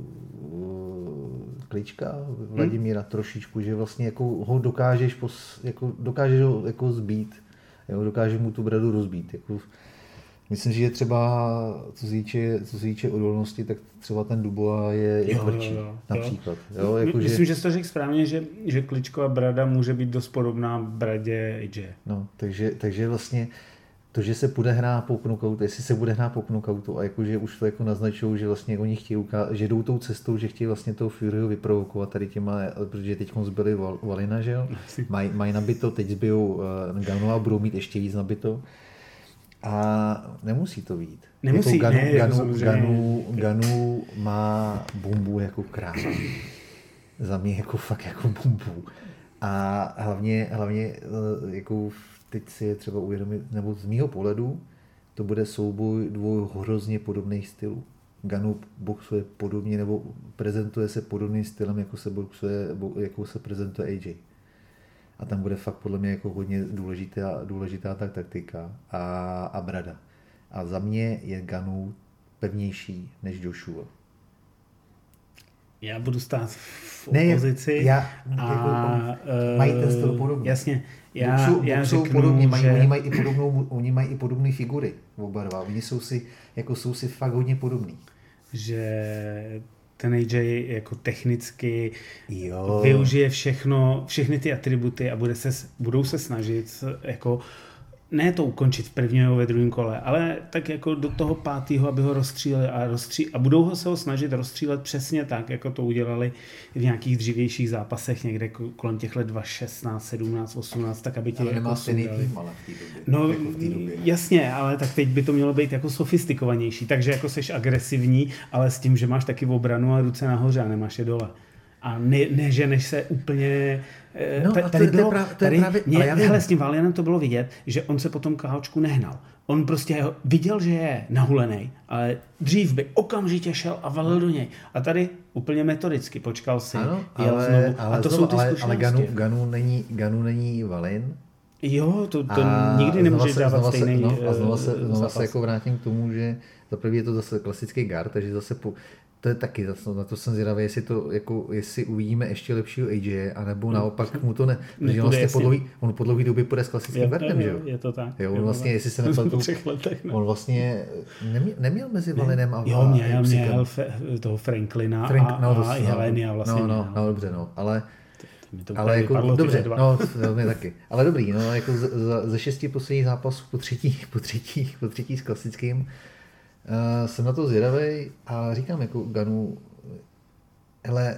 Klička, Vladimíra trošičku, že vlastně jako ho dokážeš ho jako zbít, jo, dokážeš mu tu bradu rozbít, jako. Myslím, že je třeba, co se týče odolnosti, tak třeba ten Dubois je tvrdší, například. Jo, jako myslím, že jsi to řekl správně, že Kličkova brada může být dost podobná bradě AJ. No, takže vlastně to, že se bude hrát po knockoutu, jestli se bude hrát po knockoutu a jakože už to jako naznačují, že vlastně oni chtějí ukázat, že jdou tou cestou, že chtějí vlastně toho Furyho vyprovokovat tady těma, protože teď zbyli Wallina, že jo, mají nabito, teď zbijou Ngannou a budou mít ještě víc nabito. A nemusí to být. Nemusí, jako Ngannou má bombu jako král. Za mě jako fakt jako bombu. A hlavně jako teď si je třeba uvědomit, nebo z mýho pohledu, to bude souboj dvou hrozně podobných stylů. Ngannou boxuje podobně, nebo prezentuje se podobným stylem, jako se prezentuje AJ. A tam bude fakt podle mě jako hodně důležitá ta taktika a brada. A za mě je Ngannou pevnější než Joshua. Já budu stát v opozici. Mají ten styl podobný. Jasně. Já řeknu, podobně, že... oni mají i podobné figury, oba dva. Oni jsou si fakt hodně podobný. Že ten AJ jako technicky využije všechny ty atributy a budou se snažit jako ne to ukončit v prvním nebo ve druhém kole, ale tak jako do toho 5., aby ho rozstříleli a budou se ho snažit rozstřílet přesně tak, jako to udělali v nějakých dřívějších zápasech někde kolem těch let 2016, 17, 18, tak aby ale nemá stejný tým, ale v té době. No jasně, ale tak teď by to mělo být jako sofistikovanější, takže jako seš agresivní, ale s tím, že máš taky obranu a ruce nahoře a nemáš je dole. A neženeš se úplně... Hele, s tím Valianem to bylo vidět, že on se potom KOčku nehnal. On prostě viděl, že je nahulený, ale dřív by okamžitě šel a valil do něj. A tady úplně metodicky počkal si, jel znovu. A to jsou ty zkušenosti. Ale Ngannou není Valin. Jo, to nikdy nemůžeš dávat stejný znova se jako vrátím k tomu, že za první je to zase klasický guard, takže zase to je taky, na to jsem zvědavý, jestli uvidíme ještě lepšího AJ, anebo naopak mu to protože vlastně on po dlouhý době půjde s klasickým guardem, že jo? Je to tak. Jo, on vlastně, jestli se nepletu, on vlastně neměl mezi Valinem a měl toho Franklina a Helenia vlastně. No, dobře, ale jako, dobře, mě taky. Ale dobrý, jako ze 6 posledních zápasů po třetí s klasickým, jsem na to zvědavej a říkám jako Ngannou, hele,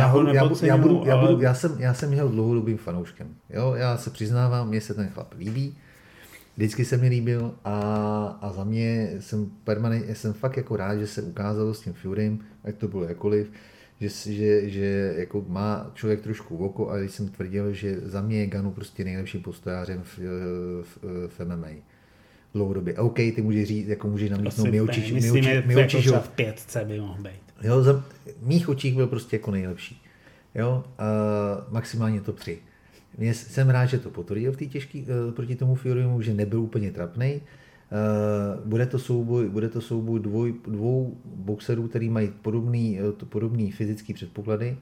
já jsem jeho dlouhodobým fanouškem. Jo? Já se přiznávám, mně se ten chlap líbí, vždycky se mi líbil a za mě jsem fakt jako rád, že se ukázalo s tím Furym, ať to bylo jakkoliv, že jako má člověk trošku oko, a když jsem tvrdil, že za mě je Ngannou prostě nejlepším postojářem v MMA. Dlouhodobě. OK, ty můžeš říct, jako můžeš namítnout Miocic, že v 5 by mohl být. Jo, za mých očích byl prostě jako nejlepší. Jo, maximálně top 3. Jsem rád, že to potvrdil v té těžké proti tomu Furymu, že nebyl úplně trapnej. Bude to souboj dvou boxerů, který mají podobný fyzický předpoklady,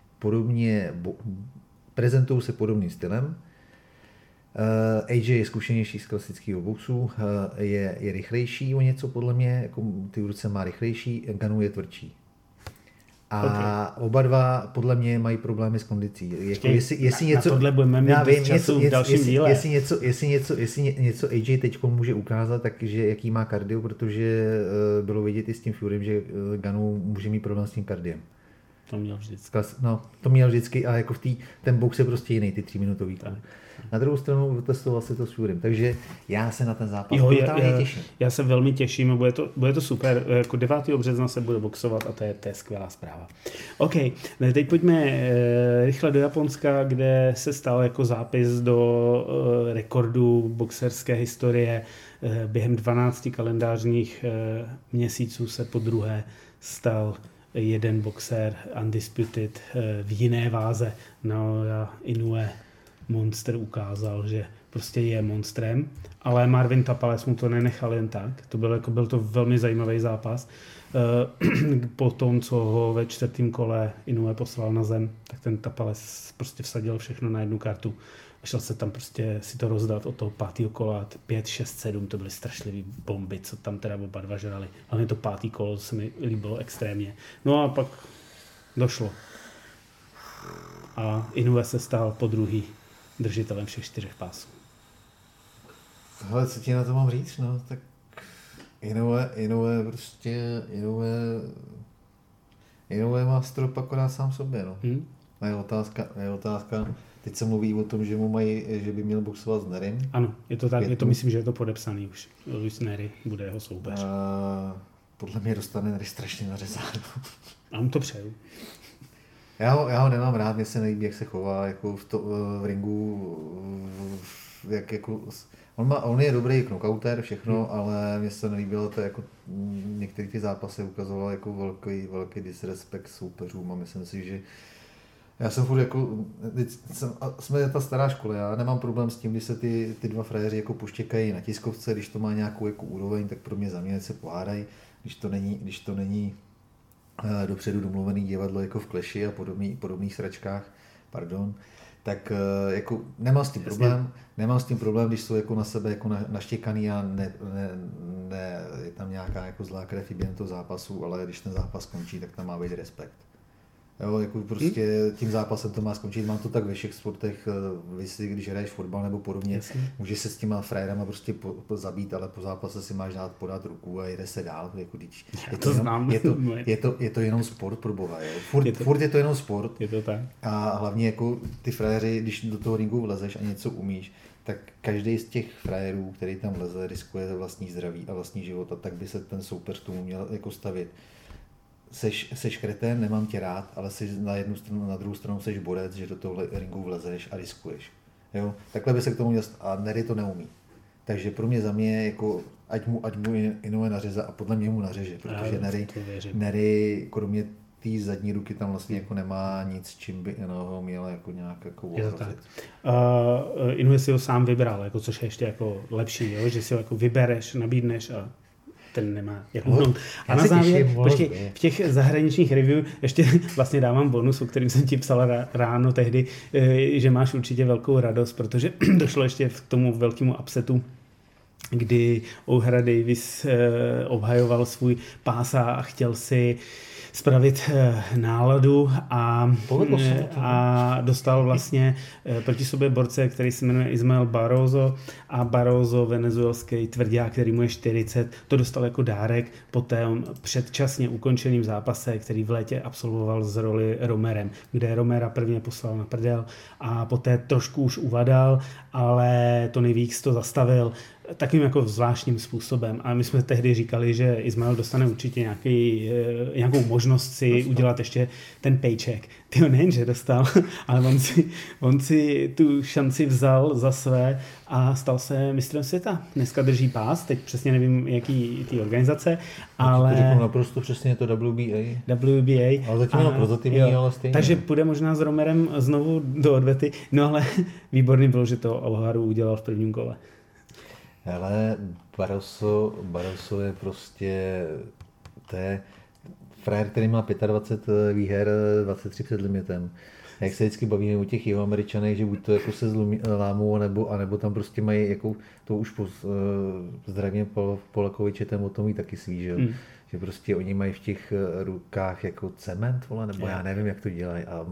prezentují se podobným stylem. AJ je zkušenější z klasického boxu, je rychlejší o něco podle mě, jako ty ruce má rychlejší, Ngannou je tvrdší. A oba dva podle mě mají problémy s kondicí. Jako jestli něco, tohle budeme mít dost času v dalším díle. Jestli něco AJ teď může ukázat, takže jaký má kardio, protože bylo vidět i s tím Furym, že Ngannou může mít problém s tím kardiem. To měl vždycky. To měl vždycky, ale jako ten box je prostě jiný, ty 3-minutový. Na druhou stranu testoval se to s Furym, takže já se na ten zápas těším. Já se velmi těším, bude to super. Jako 9. března se bude boxovat a to je skvělá zpráva. OK, teď pojďme rychle do Japonska, kde se stal jako zápis do rekordu boxerské historie. Během 12 kalendářních měsíců se podruhé stal jeden boxer undisputed v jiné váze. Naoya Inoue monster ukázal, že prostě je monstrem, ale Marvin Tapales mu to nenechal jen tak. Byl to velmi zajímavý zápas. Po tom, co ho ve 4. kole Inoue poslal na zem, tak ten Tapales prostě vsadil všechno na jednu kartu a šel se tam prostě si to rozdat od toho 5. kola, 5, 6, 7, to byly strašlivý bomby, co tam teda oba dva žrali. Hlavně to 5. kolo se mi líbilo extrémně. No a pak došlo. A Inoue se stal podruhý držitelem všech 4 pásů. Hele, co ti na to mám říct, tak Inoue má strop akorát sám sobě, A je otázka, teď se mluví o tom, že by měl boxovat s Nerym. Ano, je to tak, myslím, že je to podepsaný už. Luis Nery bude jeho soupeř. Podle mě dostane Nery strašně nařezáno. A mu to přeju. Já ho nemám rád, mně se nelíbí, jak se chová jako v ringu, jak jako, on je dobrý knockouter, všechno, ale mně se nelíbilo to, jako některé ty zápasy ukazoval jako velký disrespekt soupeřům a myslím si, že já jsem furt jako, jsme ta stará škola, já nemám problém s tím, když se ty dva frajeři jako poštěkají na tiskovce, když to má nějakou jako úroveň, tak pro mě za mě se pohádají, když to není dopředu domluvený divadlo jako v Clashi a podobných sračkách, tak jako nemám s tím problém, když jsou jako na sebe jako naštěkaný a je tam nějaká jako zlá krev během toho zápasu, ale když ten zápas končí, tak tam má být respekt. Jo, jako prostě tím zápasem to má skončit. Mám to tak ve všech sportech, když hraješ fotbal nebo podobně, můžeš se s těma frajerama prostě zabít, ale po zápase si máš podat ruku a jede se dál. Jako, je to jenom sport pro boha. Furt je to jenom sport. Je to tak. A hlavně jako ty frajeři, když do toho ringu vlezeš a něco umíš, tak každý z těch frajerů, který tam vleze, riskuje vlastní zdraví a vlastní život, a tak by se ten soupeř tomu měl jako stavět. Seš kretén, nemám tě rád, ale na jednu stranu, na druhou stranu seš borec, že do toho ringu vlezeš a riskuješ. Jo? Takhle by se k tomu měl, a Nery to neumí. Takže pro mě za mě jako, ať mu Inoue nařeze a podle mě mu nařeže, protože Nery kromě té zadní ruky tam vlastně jako nemá nic, čím by Inoue měla jako nějak jako ohrozit. Inoue si ho sám vybral, jako, což je ještě jako lepší, jo? Že si ho jako vybereš, nabídneš a ten nemá jak mluvnout. A na závěr, v těch zahraničních review ještě vlastně dávám bonus, o kterým jsem ti psal ráno tehdy, že máš určitě velkou radost, protože došlo ještě k tomu velkému upsetu, kdy O'Hara Davis obhajoval svůj pás a chtěl si spravit náladu a dostal vlastně proti sobě borce, který se jmenuje Ismael Barroso, a Barroso, venezuelský tvrdák, který mu je 40, to dostal jako dárek po té předčasně ukončeným zápase, který v létě absolvoval s Rolly Romerem, kde Romera prvně poslal na prdel a poté trošku už uvadal, ale Tony Weeks to zastavil takým jako zvláštním způsobem. A my jsme tehdy říkali, že Ismael dostane určitě nějakou možnost si udělat ještě ten paycheck. Tyjo, nejen, že dostal, ale on si tu šanci vzal za své a stal se mistrem světa. Dneska drží pás, teď přesně nevím, jaký ty organizace, ale... To řeknu naprosto přesně, je to WBA. Ale zatím jenom prozatímní, ale stejně. Takže půjde možná s Romerem znovu do odvety, no ale výborný bylo, že to O'Haru udělal v prvním kole. Hele, Barroso je prostě, to je frajer, který má 25 výher, 23 před limitem. Jak se vždycky bavíme o těch Jihoameričanech, že buď to jako se lámou, anebo tam prostě mají, jako, to už zdravím Polakovičetem o tom jí taky sví, že? Že prostě oni mají v těch rukách jako cement, vole, nebo já nevím, jak to dělají. A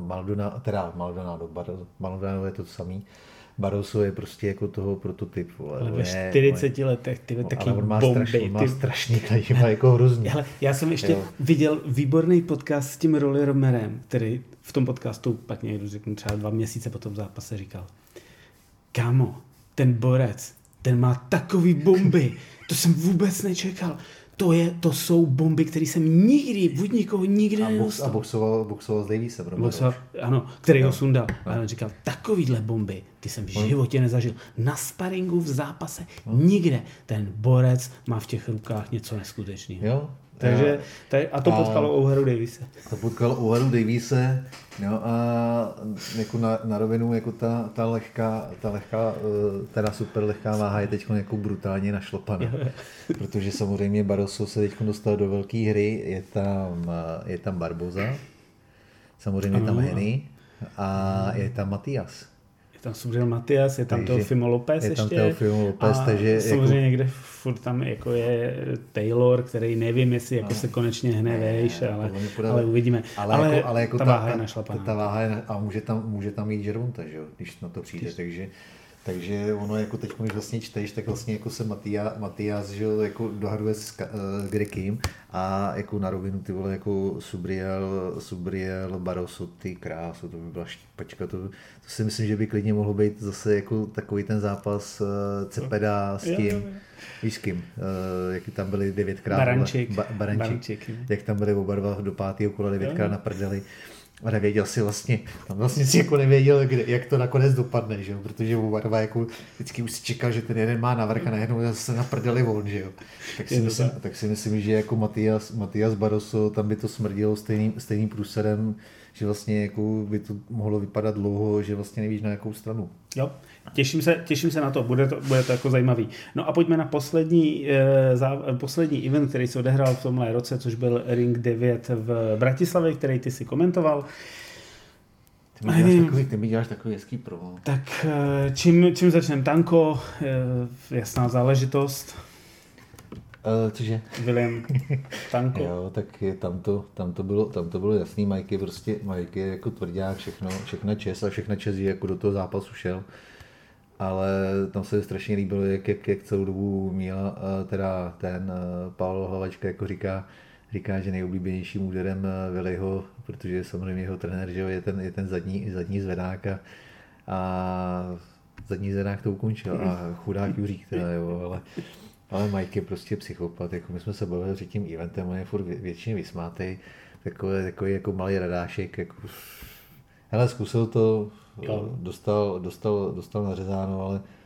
Maldonado je to samý. Barroso je prostě jako toho prototyp. Ale ve 40 letech, taky bomby. Má strašný kladiva, jako hrozný. Ale já jsem ještě viděl výborný podcast s tím Rolly Romerem, který v tom podcastu pak někdo řeknu třeba 2 měsíce po tom zápase říkal: kámo, ten borec, ten má takový bomby, to jsem vůbec nečekal. To jsou bomby, které jsem nikdy od nikoho nedostal. A boxoval s Davisem. Ano, který ho sundal. A on říkal, takovýhle bomby, ty jsem v životě nezažil. Na sparingu, v zápase, nikde. Ten borec má v těch rukách něco neskutečného. Jo. Takže, a to potkalo O'Haru Davise. To potkalo O'Haru Davise, jo, a jako na rovinu jako ta lehká, teda super lehká váha je teď jako brutálně našlopaná. Protože samozřejmě Barroso se teď dostal do velké hry, je tam Barboza, samozřejmě tam Henny a je tam Matias. Je tam Subriel Matias, je tam Teofimo Lopez ještě. Teofimo Lopez, takže samozřejmě jako... někde furt tam jako je Taylor, který nevím, jestli jako se konečně hne vejš, ale uvidíme. Ale jako ta váha je našlapaná. Ta váha je, a může tam jít Gervonta, že jo, když na to přijde, takže ono jako teď, když vlastně čteš, tak vlastně jako se Matias, že jo, jako dohaduje s Grekim a jako na rovinu ty vole jako Subriel, Barroso, ty krásu, to by byla štípačka, to si myslím, že by klidně mohlo být zase jako takový ten zápas Cepeda s tím, víš s kým, jak tam byli 9krát, Barančík, jak tam byli oba dva do 5. kola 9krát na prdeli. A nevěděl si vlastně, tam vlastně si jako nevěděl, jak to nakonec dopadne, že jo? Protože oba dva jako vždycky už si čekal, že ten jeden má navrch a najednou se naprdeli on, že jo? Tak si myslím, že jako Matias Barroso, tam by to smrdilo stejným průserem, že vlastně jako by to mohlo vypadat dlouho, že vlastně nevíš na jakou stranu. Jo, těším se na to, bude to jako zajímavý. No a pojďme na poslední event, který se odehrál v tomhle roce, což byl Ring 9 v Bratislavě, který ty si komentoval. Ty mi děláš takový hezký promo. Tak čím začneme? Tanko, jasná záležitost. Cože? William Tanko. Jo, tak tam to bylo jasný, Mike je jako tvrdák, všechna čest, že jako do toho zápasu šel. Ale tam se strašně líbilo, jak celou dobu měl teda ten Pavel Hlavačka jako říká, že nejoblíbenějším úderem Viliho, protože samozřejmě jeho trenér, že je ten zadní zvedák a zadní zvedák to ukončil a chudák Juřík teda, jo, ale Mike je prostě psychopat, jako my jsme se bavili před tím eventem, on je furt většině vysmátej, takový jako malý radášek, jako hele, zkusil to, dostal nařezáno,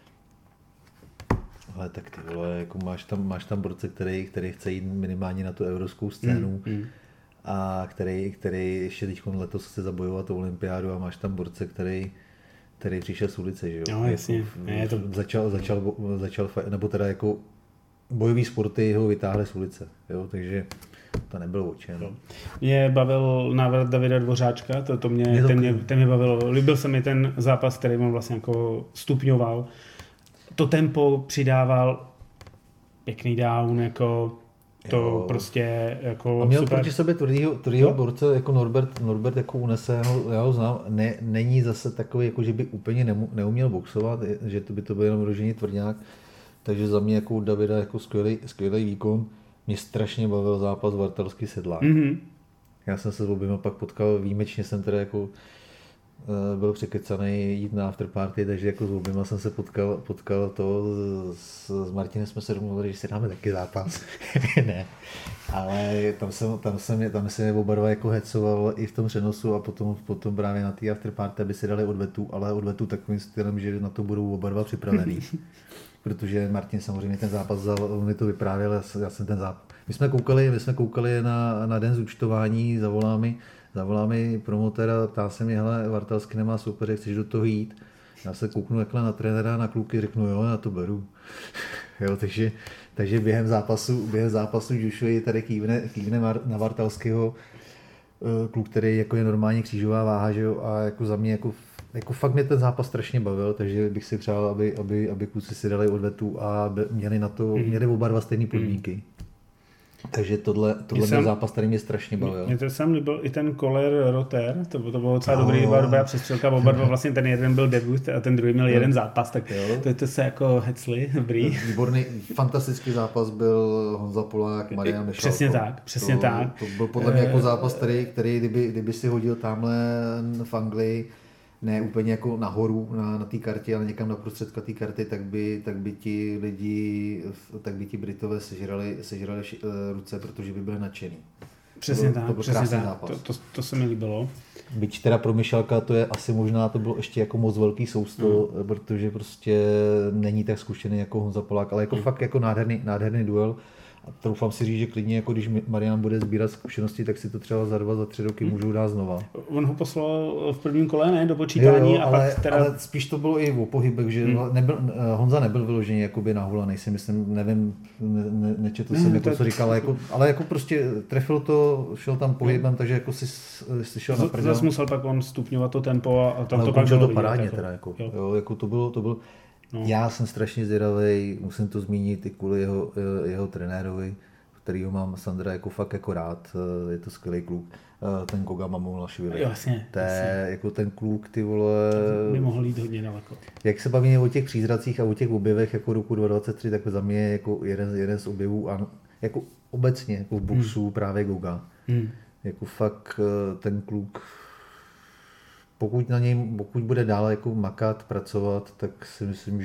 ale tak ty vole, jako máš tam borce, který chce jít minimálně na tu evropskou scénu a který ještě teď letos chce zabojovat o olympiádu a máš tam borce, který přišel z ulice, že jo? No, jasně. Začal nebo teda jako bojový sporty ho vytáhly z ulice, jo, takže to nebylo o čem. Mě bavil návrat Davida Dvořáčka, ten mě bavilo. Líbil se mi ten zápas, který on vlastně jako stupňoval. To tempo přidával, pekný down, jako to jo. Prostě jako a měl super. Proti sobě tvrdýho borce, jako Norbert jako unese, já ho znám, není zase takový, jako že by úplně neuměl boxovat, že to by to byl jenom rožený tvrdňák, takže za mě jako Davida jako skvělý výkon. Mě strašně bavil zápas Vartalský Sedlák. Mm-hmm. Já jsem se s oběma pak potkal, výjimečně jsem teda jako byl překecaný jít na afterparty, takže jako s oběma jsem se potkal to, s Martinem jsme se domluvili, že si dáme taky zápas. Ne, ale tam se mě oba dva jako hecoval i v tom přenosu a potom právě na té afterparty, aby si dali odvetu, ale odvetu takovým stylem, že na to budou oba dva připravený. Protože Martin samozřejmě ten zápas vzal, on mi to vyprávěl, já jsem ten zápas. My jsme koukali na den zúčtování, zavolá mi promotéra, ptá se mě, hele, Vartalský nemá soupeře, chceš do toho jít? Já se kouknu jakhle na trenéra, na kluky, řeknu, jo, já to beru. Jo, takže během zápasu Joshua tady kývne na Vartalského, kluk, který jako je normálně křížová váha, že jo, a jako za mě jako fakt mě ten zápas strašně bavil, takže bych si přál, aby kluci si dali odvetu a měli oba dva stejné podmínky. Takže tohle byl zápas, který mě strašně bavil. Mě to sám líbil i ten Koller Rotter, to bylo docela dobrý, dobrá přestřelka, oba dva vlastně ten jeden byl debut a ten druhý měl jeden zápas, tak to se jako hecli, dobrý. Výborný, fantastický zápas byl Honza Polák, Marian Mešalko. Přesně tak. To byl podle mě jako zápas, který kdyby si hodil tamhle v Anglii, ne úplně jako nahoru na té kartě, ale někam na prostředka té karty, tak by ti lidi, tak by ti Britové sežrali ruce, protože by byli nadšený. Přesně tak, to byl krásný zápas. To se mi líbilo. Byť teda pro Michalka to je asi možná, to bylo ještě jako moc velký sousto, protože prostě není tak zkušený jako Honza Polák, ale jako fakt jako nádherný duel. A troufám si říct, že klidně, jako když Marian bude sbírat zkušenosti, tak si to třeba za 2-3 roky můžou dát znova. On ho poslal v prvním kole, ne, do počítání. Ale spíš to bylo i o pohybech, že Honza nebyl vyložený jakoby nahulaný, si myslím, nevím, nečetl jsem, jako, co říkal, ale jako prostě trefil to, šel tam pohybem, takže jako si šel na prdel. Zase musel pak on stupňovat to tempo a tam to pak bylo parádně teda, jako to bylo. No. Já jsem strašně zvědavý, musím to zmínit i kvůli jeho trenérovi, kterýho mám Sandra jako fakt jako rád, je to skvělý kluk, ten Goga Mamoulasvili. Jasně. Jako ten kluk, ty vole... By mohl jít hodně daleko. Jak se bavíme o těch přízracích a o těch objevech jako roku 2023, tak za mě je jako jeden z objevů a jako obecně jako v boxu právě Goga. Jako fakt ten kluk... Pokud bude dále jako makat, pracovat, tak si myslím,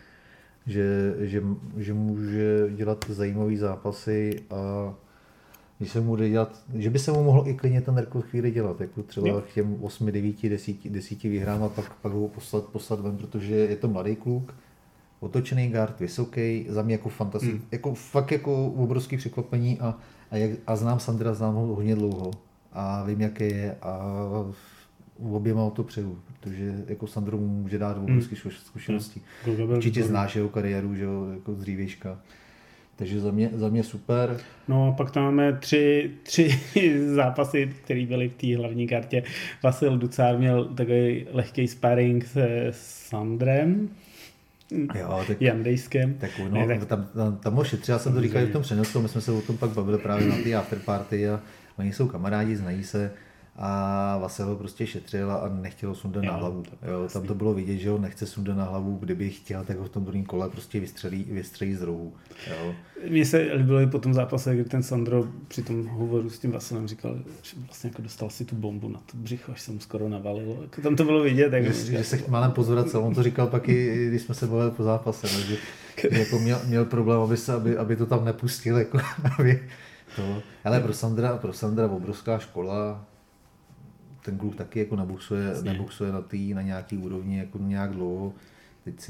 že může dělat zajímavý zápasy a že by se mu mohl i klidně ten rekord chvíli dělat, jako třeba k těm 8, 9, 10 výhrám a pak ho poslat ven, protože je to mladý kluk, otočený guard, vysoký, za mě jako fantastický, jako fakt jako obrovský překvapení a znám Sandra, znám ho hodně dlouho a vím, jaký je a oběma o to přeju, protože jako Sandro mu může dát obrovské zkušenosti. Určitě znáš jeho kariéru, že jo, jako z dřívějška. Takže za mě super. No a pak tam máme tři zápasy, které byly v té hlavní kartě. Vasil Ducár měl takový lehký sparring se Sandrem. Jo, tak, Jandejskem. Tak tam ho šetřil, já jsem to říkal i v tom přenosu, my jsme se o tom pak bavili právě na té afterparty a oni jsou kamarádi, znají se a Vasil ho prostě šetřil a nechtěl ho sundat na hlavu. Jo, tam to bylo vidět, že ho nechce sundat na hlavu, kdyby chtěl, tak ho v tom druhém kole prostě vystřelí z rohu. Jo. Mně se líbilo i po tom zápase, kdy ten Sandro při tom hovoru s tím Vasilem říkal, že vlastně jako dostal si tu bombu na to břicho, až se mu skoro navalilo. Jako tam to bylo vidět. Tak že se málem pozvracel, on to říkal pak i když jsme se bavili po zápase, no, že jako měl problém, aby to tam nepustil. Jako, ale pro Sandra obrovská škola, ten kluk taky jako nebuxuje na nějaký úrovni jako nějak dlouho. Teď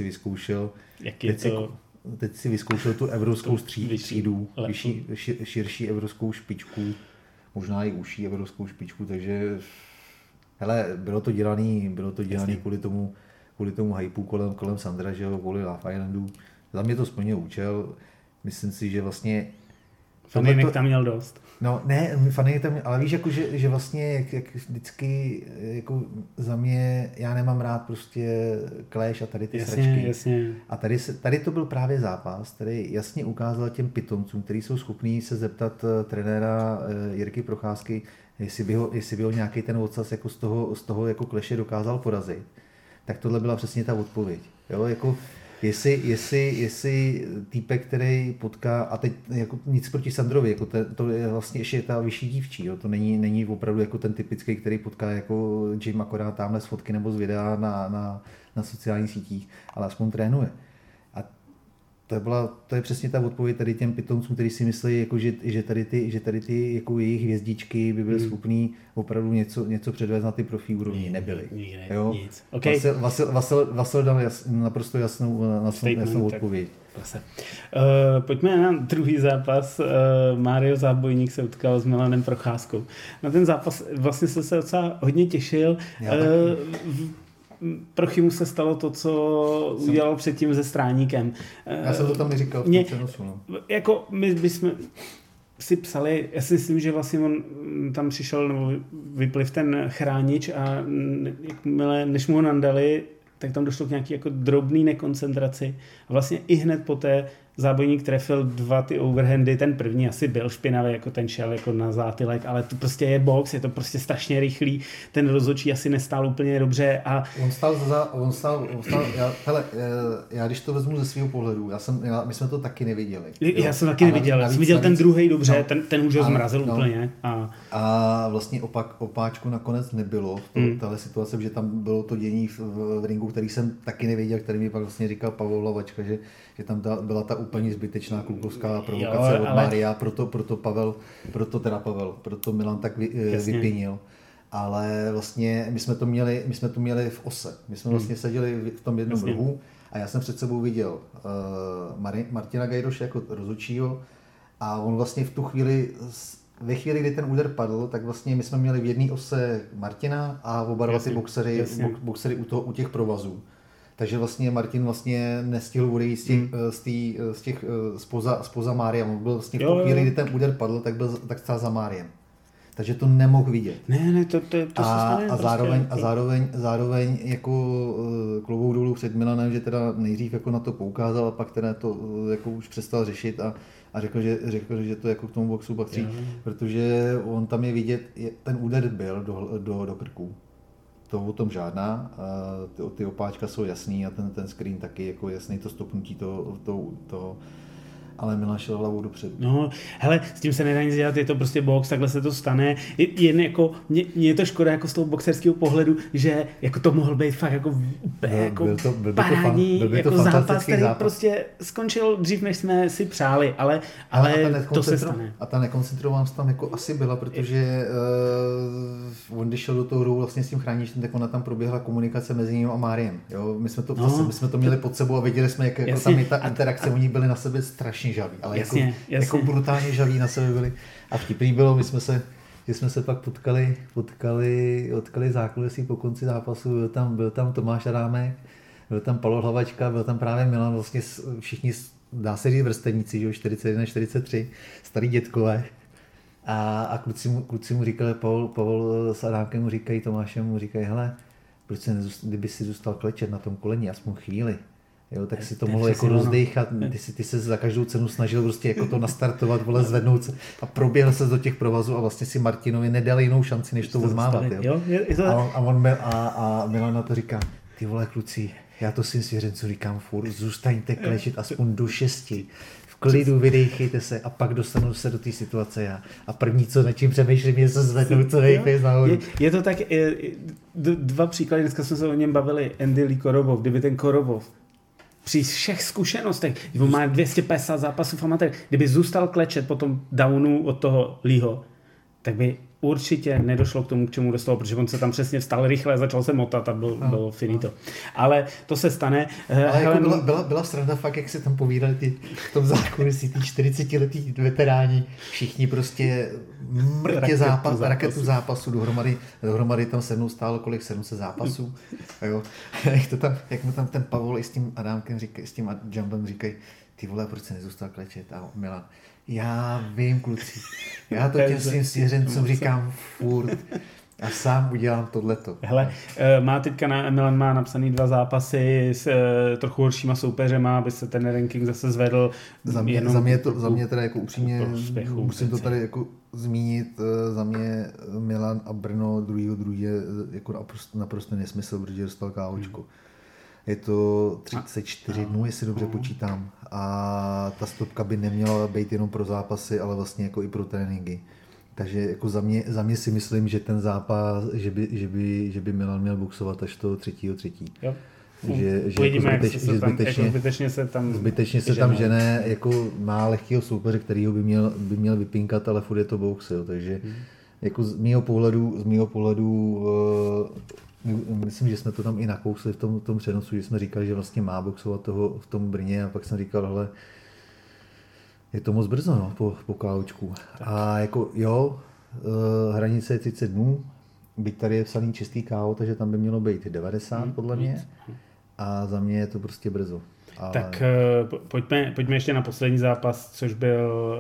si vyzkoušel tu evropskou třídu, širší evropskou špičku, možná i užší evropskou špičku, takže hele, bylo to dělaný kvůli tomu hypeu kolem Sandra, že jo, kvůli Love Islandu. Za mě to splnil účel. Myslím si, že vlastně Fanejnek tam měl dost. No ne, Fanejnek tam měl, ale víš, jako, že vlastně jak vždycky jako za mě, já nemám rád prostě Clash a tady ty sračky. Jasně. A tady to byl právě zápas, který jasně ukázal těm pitomcům, kteří jsou schopní se zeptat trenéra Jirky Procházky, jestli by ho nějaký ten odsaz jako z toho jako Clashe dokázal porazit. Tak tohle byla přesně ta odpověď. Jo, jako Jestli týpek, který potká, a teď jako nic proti Sandrovi, jako to je vlastně ještě ta vyšší dívčí, jo, to není opravdu jako ten typický, který potká jako Jim akorát tamhle z fotky nebo z videa na sociálních sítích, ale aspoň trénuje. A to je přesně ta odpověď tady těm pitomcům, kteří si myslí, jako, že tady ty jako jejich hvězdičky by byly schopný opravdu něco předvést na ty profí úrovni. Nebyly. Jo? Nic. Okay. Vasil dal naprosto jasnou odpověď. Pojďme na druhý zápas. Mário Zábojník se utkal s Milanem Procházkou. Na ten zápas vlastně jsem se docela hodně těšil. Prochymu se stalo to, co udělal předtím se Stráníkem. Já jsem to tam neříkal v tom přenosu. No. Jako my bychom si psali, já si myslím, že vlastně on tam přišel nebo vypliv ten chránič a jakmile, než mu ho nandali, tak tam došlo k nějaký jako drobný nekoncentraci. A vlastně i hned poté Zábojník trefil 2 ty overhandy, ten první asi byl špinavý, jako ten šel jako na zátylek, ale to prostě je box, je to prostě strašně rychlý, ten rozhodčí asi nestál úplně dobře a... Já když to vezmu ze svého pohledu, my jsme to taky neviděli. Já jsem taky neviděl, já jsem viděl ten druhej dobře, ten už ho zmrazil úplně. A vlastně opáčku nakonec nebylo v téhle situace, protože tam bylo to dění v ringu, který jsem taky neviděl, který mi pak vlastně říkal Pavel Lavačka, že tam byla ta úplně zbytečná klukovská provokace od Mária, proto Milan tak vypěnil. Ale vlastně my jsme to měli v ose. My jsme vlastně seděli v tom jednom rohu a já jsem před sebou viděl Martina Gajdoše jako rozhodčího a on vlastně v tu chvíli, ve chvíli, kdy ten úder padl, tak vlastně my jsme měli v jedné ose Martina a oba dva ty boxery u těch provazů. Takže vlastně Martin vlastně nestihl odejít spoza Mária. On byl vlastně v tu chvíli, kdy ten úder padl, tak stál za Máriem. Takže to nemohl vidět. Ne, to se stane. Zároveň jako klobouk dolů před Milanem, že teda nejdřív jako na to poukázal a pak teda to jako už přestal řešit a řekl, že to jako k tomu boxu patří, protože on tam je vidět, ten úder byl do krku. To o tom žádná, ty opáčka jsou jasný a ten screen taky jako jasný, to stopnutí toho Ale Milan šel hlavou dopředu. No, hele, s tím se nedá nic dělat, je to prostě box, takhle se to stane. Jen jako, mě je to škoda jako z toho boxerského pohledu, že jako to mohl být fakt jako úplně jako parádní jako zápas, který prostě skončil dřív, než jsme si přáli, ale to se stane. A ta nekoncentrovanost tam jako asi byla, protože on když šel do toho hru vlastně s tím chráničem, tak ona tam proběhla komunikace mezi ním a Máriem. Jo? My jsme to měli pod sebou a viděli jsme, jak jako tam ta interakce, oni byli na sebe strašně žaví, ale jasně. Jako brutálně žaví na sebe byli. A vtipný bylo, my jsme se pak potkali zákulisí po konci zápasu, byl tam Tomáš Adámek, byl tam Pavel Hlavačka, byl tam právě Milan, vlastně všichni, dá se říct vrstevníci, že 41, 43, starý dětkové. A kluci mu říkali, Pavel s Adámkem mu říkají, Tomášem mu říkají, hele, proč kdyby si zůstal klečet na tom koleni aspoň chvíli, jo, tak si to mohlo jako rozdejchat, ty se za každou cenu snažil prostě jako to nastartovat, zvednout se a proběhl se do těch provazů a vlastně si Martinovi nedal jinou šanci, než to odmávat. Jo? A Milan na to říká, ty vole kluci, já to svým svěřencům říkám furt, zůstaňte klečet aspoň do 6, v klidu vydejchejte se a pak dostanu se do té situace já. A první, co nad čím přemýšlím, je se zvednout co nejvíc nahoru. Je to tak, dva příklady, dneska jsme se o něm bavili, Andy Lee Korobov, kdyby ten Korobov při všech zkušenostech, on má 250 zápasů v amatérech, kdyby zůstal klečet po tom downu od toho Leeho, tak by určitě nedošlo k tomu, k čemu dostalo, protože on se tam přesně vstal rychle, začal se motat a bylo finito. Ale to se stane. Ale jako byla sranda fakt, jak se tam povídali v tom zákulisí, ty 40letí veteráni, všichni prostě raketu zápasu, dohromady tam se mnou stálo kolik 700 zápasů. Jo. Jak mu tam ten Pavel i s tím Adámkem říkají, s tím Jumpem říkají, ty vole, proč se nezůstal klečet? A Milan, já vím, kluci, já to těm svým svěřencům říkám furt a sám udělám tohleto. Hele, Milan má napsaný 2 zápasy s trochu horšíma soupeřema, aby se ten ranking zase zvedl. Za mě teda jako upřímně, musím to tady jako zmínit, za mě Milan a Brno druhý je jako naprosto nesmysl, protože dostal kávočku. Je to 34 dnů, jestli dobře počítám. A ta stopka by neměla být jenom pro zápasy, ale vlastně jako i pro tréninky. Takže jako za mě si myslím, že ten zápas, že by Milan měl boxovat až toho 3.3. Jo. Že zbytečně se tam žene, jako má lehkýho soupeře, kterýho by měl vypínkat, ale furt je to box, jo. Takže jako z mýho pohledu myslím, že jsme to tam i nakousli v tom přenosu, že jsme říkali, že vlastně má boxovat toho v tom Brně a pak jsem říkal, hele, je to moc brzo, no, po káočku. A jako jo, hranice je 30 dnů, byť tady je psaný čistý káo, takže tam by mělo být 90 podle mě a za mě je to prostě brzo. Ale... Tak pojďme ještě na poslední zápas, což byl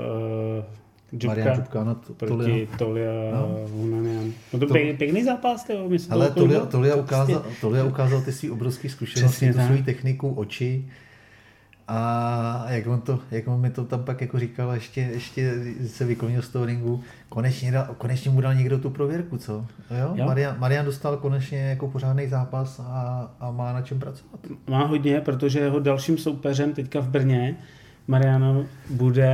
Džubka proti Tolia Hunanian. No to pěkný zápas, jo. Ale Tolia ukázal ty svý obrovský zkušenosti, tu svou techniku, oči. A jak on mi to tam pak jako říkal, ještě se vyklonil z toho ringu, konečně mu dal někdo tu prověrku, co? Jo? Marian dostal konečně jako pořádný zápas a má na čem pracovat. Má hodně, protože jeho dalším soupeřem teďka v Brně Mariano bude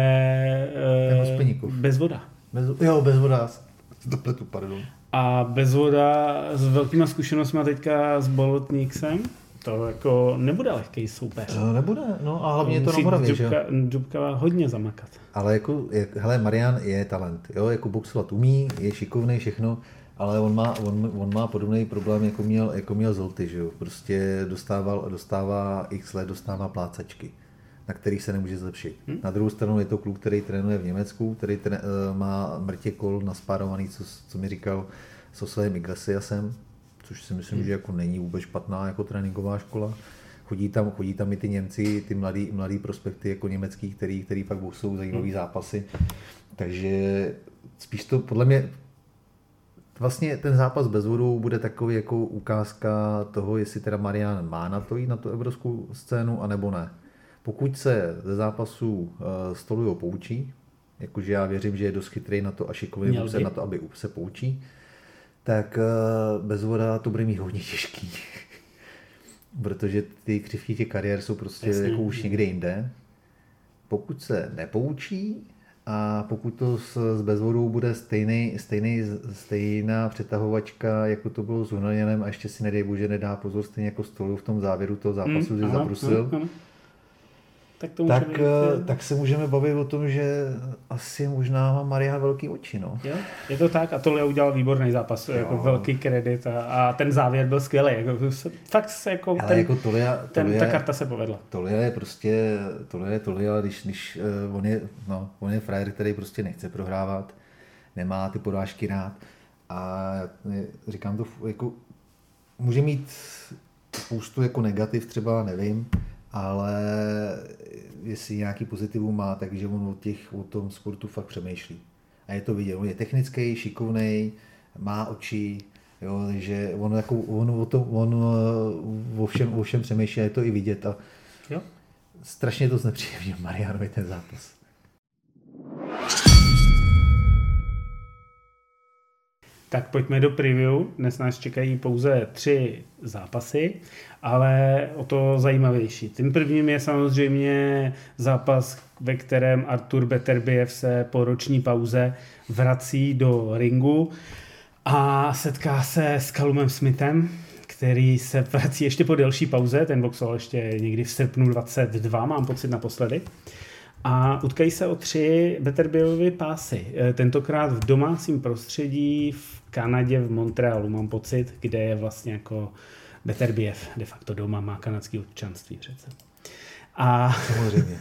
Bezvoda. Bezvoda, dopletu, pardon. A Bezvoda s velkýma zkušenostmi teďka s Bolotníksem, to jako nebude lehký soupeř. Nebude, no a hlavně je to na Moravě, že? Džubka hodně zamakat. Ale jako, hele, Marian je talent, jo, jako boxovat umí, je šikovný, všechno, ale on má podobný problém, jako měl Zolty, že jo, prostě dostává x let, dostává plácačky, na kterých se nemůže zlepšit. Na druhou stranu je to kluk, který trénuje v Německu, který má mrtě kol naspárovaný, co mi říkal s Oslem Iglesiasem, což si myslím, že jako není vůbec špatná jako tréninková škola. Chodí tam i ty Němci, ty mladý prospekty jako německý, který pak boxují zajímavý zápasy. Takže spíš to podle mě vlastně ten zápas bez vodou bude takový jako ukázka toho, jestli teda Marian má na to jít na tu evropskou scénu, anebo ne. Pokud se ze zápasu s Toliou poučí, jakože já věřím, že je dost chytrý na to a šikovný boxer na to, aby se poučí, tak bez voda to bude mít hodně těžký. Protože ty křivky těch kariér jsou prostě jako už někde jinde. pokud se nepoučí a pokud to s bezvodou bude stejná přetahovačka, jako to bylo s Hunajanem a ještě si nedej bože nedá pozor, stejně jako Stoliu v tom závěru toho zápasu, že zabrusil, tak se můžeme bavit o tom, že asi možná má Marián velký oči. No. Jo, je to tak a tohle udělal výborný zápas, jako velký kredit a ten závěr byl skvělý. Jako, fakt se jako, ta karta se povedla. Tohle je prostě, ale když on je frajer, který prostě nechce prohrávat, nemá ty porážky rád a říkám to, jako, může mít spoustu jako negativ třeba, nevím, ale jestli nějaký pozitivum má, takže on o tom sportu fakt přemýšlí. A je to vidět, on je technický, šikovnej, má oči, jo, takže on o všem přemýšlí a je to i vidět. A jo. Strašně to znepříjemnil Mariánovi ten zápas. Tak pojďme do preview. Dnes nás čekají pouze 3 zápasy, ale o to zajímavější. Tím prvním je samozřejmě zápas, ve kterém Artur Beterbiev se po roční pauze vrací do ringu a setká se s Callumem Smithem, který se vrací ještě po delší pauze. Ten boxoval ještě někdy v srpnu 22, mám pocit naposledy. A utkají se o 3 Beterbievovy pásy. Tentokrát v domácím prostředí v Kanadě, v Montrealu, mám pocit, kde je vlastně jako Beterbiev de facto doma, má kanadské občanství přece. A samozřejmě.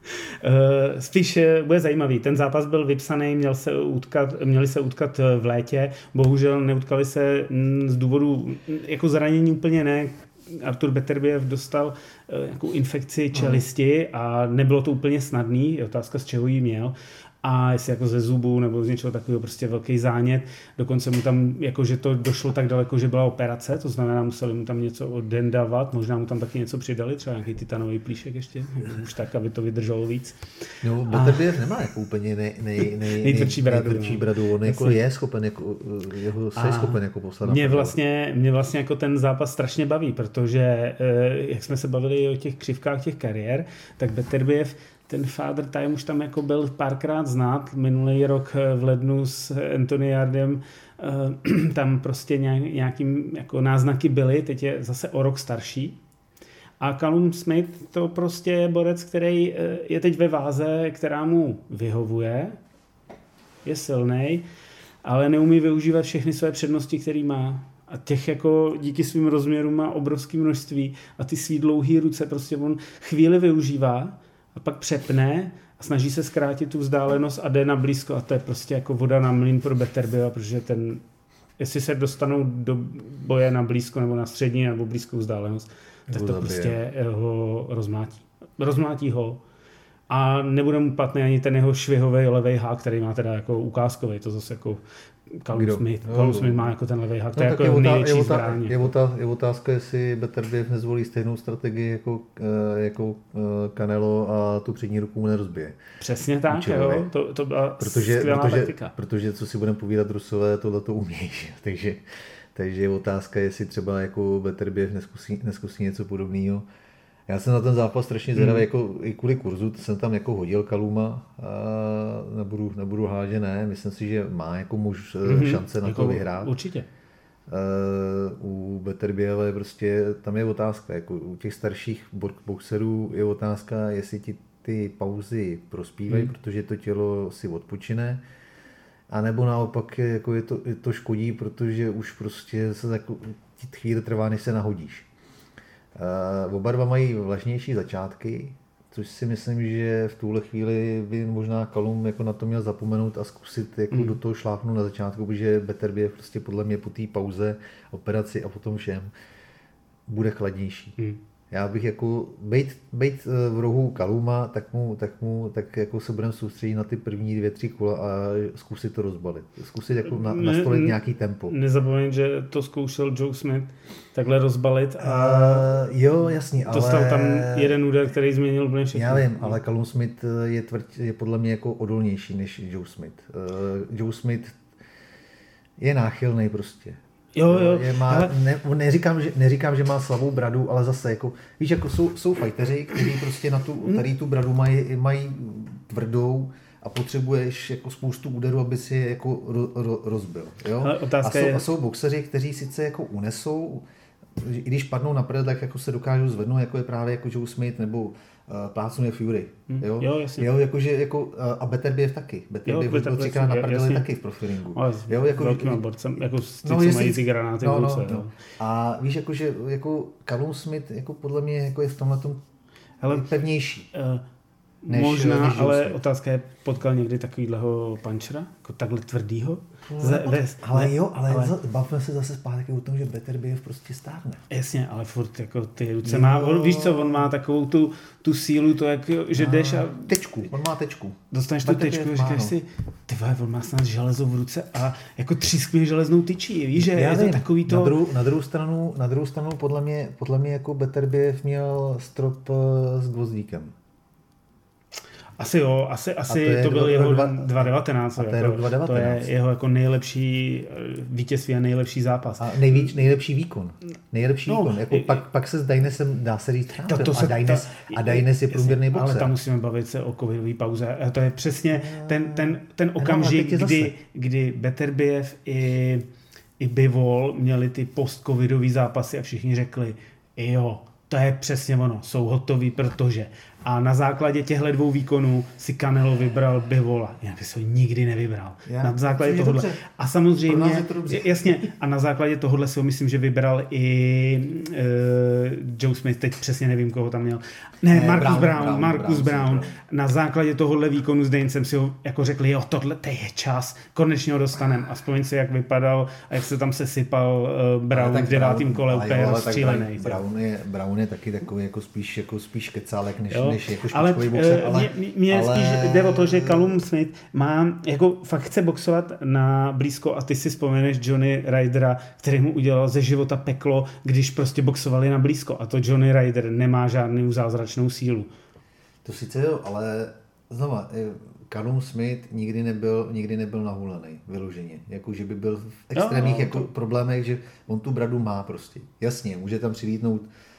Spíš bude zajímavý. Ten zápas byl vypsaný, měli se utkat v létě, bohužel neutkali se z důvodu jako zranění úplně ne. Artur Beterbiev dostal nějakou infekci čelisti a nebylo to úplně snadný, je otázka, z čeho jí měl. A jestli jako ze zubu nebo z něčeho takového, prostě velký zánět. Dokonce mu tam, jakože to došlo tak daleko, že byla operace, to znamená, museli mu tam něco oddendavat, možná mu tam taky něco přidali, třeba nějaký titanový plíšek ještě, už tak, aby to vydrželo víc. No, Beterbiev nemá jako úplně nejtvrdší bradu, on jako je schopen, jako, je schopen jako poslat. Mě vlastně jako ten zápas strašně baví, protože jak jsme se bavili o těch křivkách těch kariér, tak Beterbiev ten Father Time už tam jako byl párkrát znát. Minulý rok v lednu s Anthony Yardem tam prostě nějakým jako náznaky byly. Teď je zase o rok starší. A Callum Smith to prostě je borec, který je teď ve váze, která mu vyhovuje. Je silnej, ale neumí využívat všechny své přednosti, které má. A těch jako díky svým rozměrům má obrovské množství. A ty svý dlouhý ruce prostě on chvíli využívá a pak přepne a snaží se zkrátit tu vzdálenost a jde na blízko a to je prostě jako voda na mlýn pro Beterbieva, protože jestli se dostanou do boje na blízko nebo na střední nebo blízkou vzdálenost, tak to prostě ho rozmátí. Rozmátí ho a nebude mu platný ani ten jeho švihový levej hák, který má teda jako ukázkový, to zase jako Callum Smith má jako ten levej hák, to je jako největší zbraň. Je otázka, jestli Beterbiev nezvolí stejnou strategii jako Canelo a tu přední ruku mu nerozbije. Přesně tak, jo, to byla skvělá taktika. Protože co si budeme povídat, Rusové tohleto umějí, takže je otázka, jestli třeba jako Beterbiev neskusí něco podobného. Já jsem na ten zápas strašně zvědavý, jako i kvůli kurzu, jsem tam jako hodil Calluma, nebudu hládat, že ne, myslím si, že má jako muž šance na to vyhrát. Určitě. U Beterbieva je prostě, tam je otázka, jako u těch starších boxerů je otázka, jestli ti ty pauzy prospívají, protože to tělo si odpočine, a nebo naopak jako je to škodí, protože už prostě se jako chvíli trvá, než se nahodíš. Oba dva mají vlažnější začátky, což si myslím, že v tuhle chvíli by možná Callum jako na to měl zapomenout a zkusit jako do toho šlápnout na začátku, protože Beterbiev prostě podle mě po té pauze, operaci a potom všem bude chladnější. Já bych jako bejt v rohu Calluma, tak jako se budeme soustředit na ty první 2-3 kola a zkusit to rozbalit. Zkusit jako nastolit nějaký tempo. Nezapomeň, že to zkoušel Joe Smith takhle rozbalit a jo, jasně, ale dostal tam jeden úder, který změnil úplně všechno. Já vím, ale Callum Smith je podle mě jako odolnější než Joe Smith. Joe Smith je náchylný prostě. Jo. Neříkám, že má slabou bradu, ale zase, jako, víš, jako jsou fajteři, kteří prostě tady tu bradu mají tvrdou a potřebuješ jako spoustu úderů, aby si je jako rozbil. Jo? A jsou boxeři, kteří sice jako unesou, i když padnou na prd, tak jako se dokážou zvednout, jako je právě jako Joe Smith nebo plácnuje Fury. Jo, jasně. Jo, jakože, jako, a Beterbiev taky. Beterbiev byl 3krát na prdeli taky v profilingu. Jo, jako velkým borcem, jako ty, co mají ty granáty v ruce. No. A víš, jakože jako Callum Smith jako podle mě jako je v tomhletom pevnější. Možná, ale otázka je, potkal někdy takovýhleho punchera, jako takhle tvrdýho? Ale bavme se zase zpátky o tom, že Beterbiev prostě stárne. Jasně, ale furt jako ty ruce má, víš co, on má takovou tu sílu, to jak, že jdeš a... Tečku, on má tečku. Dostaneš tu tečku a říkáš si, ty vole, on má snad železo v ruce a jako třískne železnou tyčí, víš, že je to takový to... Na druhou stranu podle mě jako Beterbiev měl strop s gvozdíkem. Asi jo, asi to byl jeho 2019. To je jeho jako nejlepší vítězství a nejlepší zápas. A nejlepší výkon. Jako pak se s Dainesem dá se říct a Daines je průměrný boxer. Ale tam musíme bavit se o covidové pauze. A to je přesně ten okamžik, kdy Beterbiev i Bivol měli ty post-covidové zápasy a všichni řekli, jo, to je přesně ono, jsou hotoví, protože. A na základě těchto dvou výkonů si Canelo vybral Bivola. Já bych se ho nikdy nevybral. Na základě tohohle. A samozřejmě, jasně, a na základě tohohle si ho myslím, že vybral i Joe Smith, teď přesně nevím, koho tam měl. Marcus Brown. Na základě tohohle výkonu s Dainesem si ho jako řekli, jo, tohle to je čas, konečně ho dostaneme. A vzpomíň si, jak vypadal a jak se tam sesypal Brown v 9. kole úplně rozstřílený. Brown je taky takový jako spíš kecálek, než jako špičkový boxer, Mně spíš jde o to, že Callum Smith má, jako fakt chce boxovat na blízko a ty si vzpomeneš Johnny Rydera, který mu udělal ze života peklo, když prostě boxovali na blízko a to Johnny Ryder nemá žádnou zázračnou sílu. To sice jo, ale znova, Callum Smith nikdy nebyl nahulený, vyloženě. Jako, že by byl v extrémních problémech, že on tu bradu má prostě. Jasně, může tam přilítnout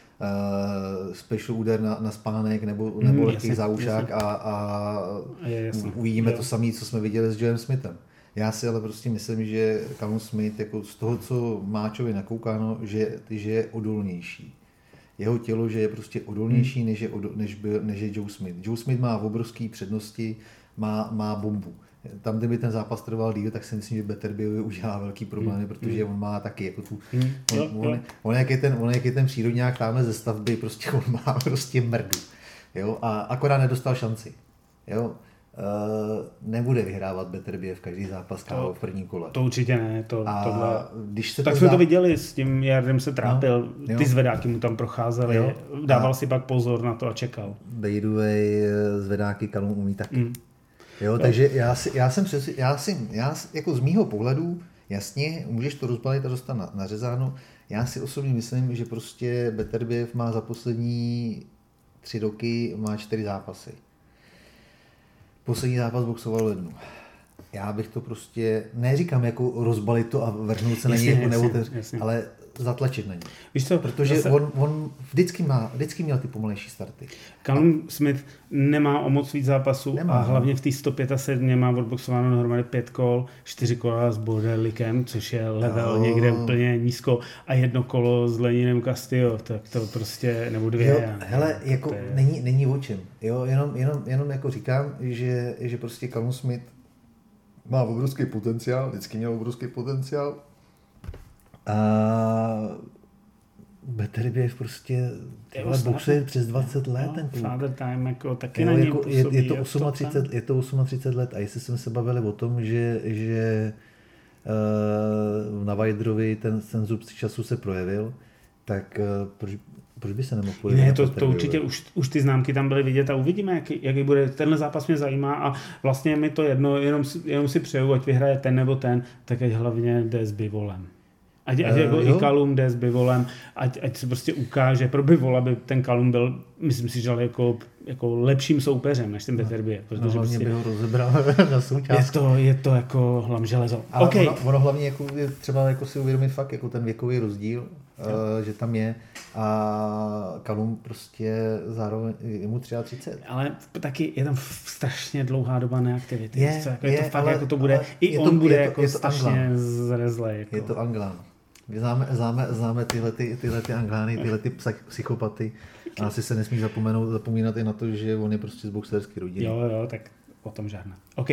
special úder na spánek nebo lehký záušák a uvidíme to samé, co jsme viděli s Joem Smithem. Já si ale prostě myslím, že Callum Smith jako z toho, co Máčovi nakoukáno, že je odolnější. Jeho tělo, že je prostě odolnější, než je Joe Smith. Joe Smith má obrovské přednosti, má bombu. Tam, kde by ten zápas trval díl, tak si myslím, že Beterbiev udělá velký problémy, protože on má taky jako tu... On jak je ten přírodňák tamhle ze stavby, prostě on má prostě mrdu. Jo? A akorát nedostal šanci. Jo? Nebude vyhrávat Beterbiev každý zápas v prvním kole. To určitě ne. Tak jsme to viděli, s tím Jardem se trápil, ty zvedáky mu tam procházely, dával si pak pozor na to a čekal. By the way, zvedáky Callum umí taky. Jo, takže já jsem jako z mýho pohledu, jasně, můžeš to rozbalit a dostat nařezáno. Já si osobně myslím, že prostě Beterbiev má za poslední 3 roky 4 zápasy. Poslední zápas boxoval v lednu. Já bych to prostě, neříkám jako rozbalit to a vrhnout se na něj, ale zatlačit na něj. Víš co, protože on vždycky měl ty pomalejší starty. Callum Smith nemá o moc víc zápasů a hlavně v té 175 má odboxováno dohromady 5 kol, 4 kola s Borderlickem, což je level někde úplně nízko a 1 kolo s Leninem Castillo, tak to prostě nebo 2. Jo, hele, jako není o čem. Jo, jenom jako říkám, že prostě Callum Smith má obrovský potenciál, vždycky měl obrovský potenciál. A Beterbiev prostě boxuje přes 20 let. Ten kluk. Father time jako taky na něj působí. Je to 38 let a jestli jsme se bavili o tom, že na Wilderovi ten zub času se projevil, tak proč by se nemohl projevit? Ne, to určitě už ty známky tam byly vidět a uvidíme, jaký bude. Tenhle zápas mě zajímá a vlastně mi to jedno, jenom si přeju, ať vyhraje ten nebo ten, tak ať hlavně jde s Bivolem. Ať jako i Callum jde s Bivolem, ať se prostě ukáže. Pro Bivola by ten Callum byl, myslím si, že jako lepším soupeřem než ten Beterbiev. Protože hlavně by ho rozebral na součástku. Je to jako hlam železo. Ale ono hlavně jako je třeba jako si uvědomit fakt jako ten věkový rozdíl, že tam je a Callum prostě zároveň je mu 33. Ale taky je tam strašně dlouhá doba neaktivity. Je to fakt, ale, jako to bude, i on bude jako strašně zrezlej. Jako. Je to Anglán. My známe tyhle Anglány, tyhle psychopaty. A asi se nesmí zapomínat i na to, že on je prostě z boxerské rodiny. Jo, tak o tom žádná. OK.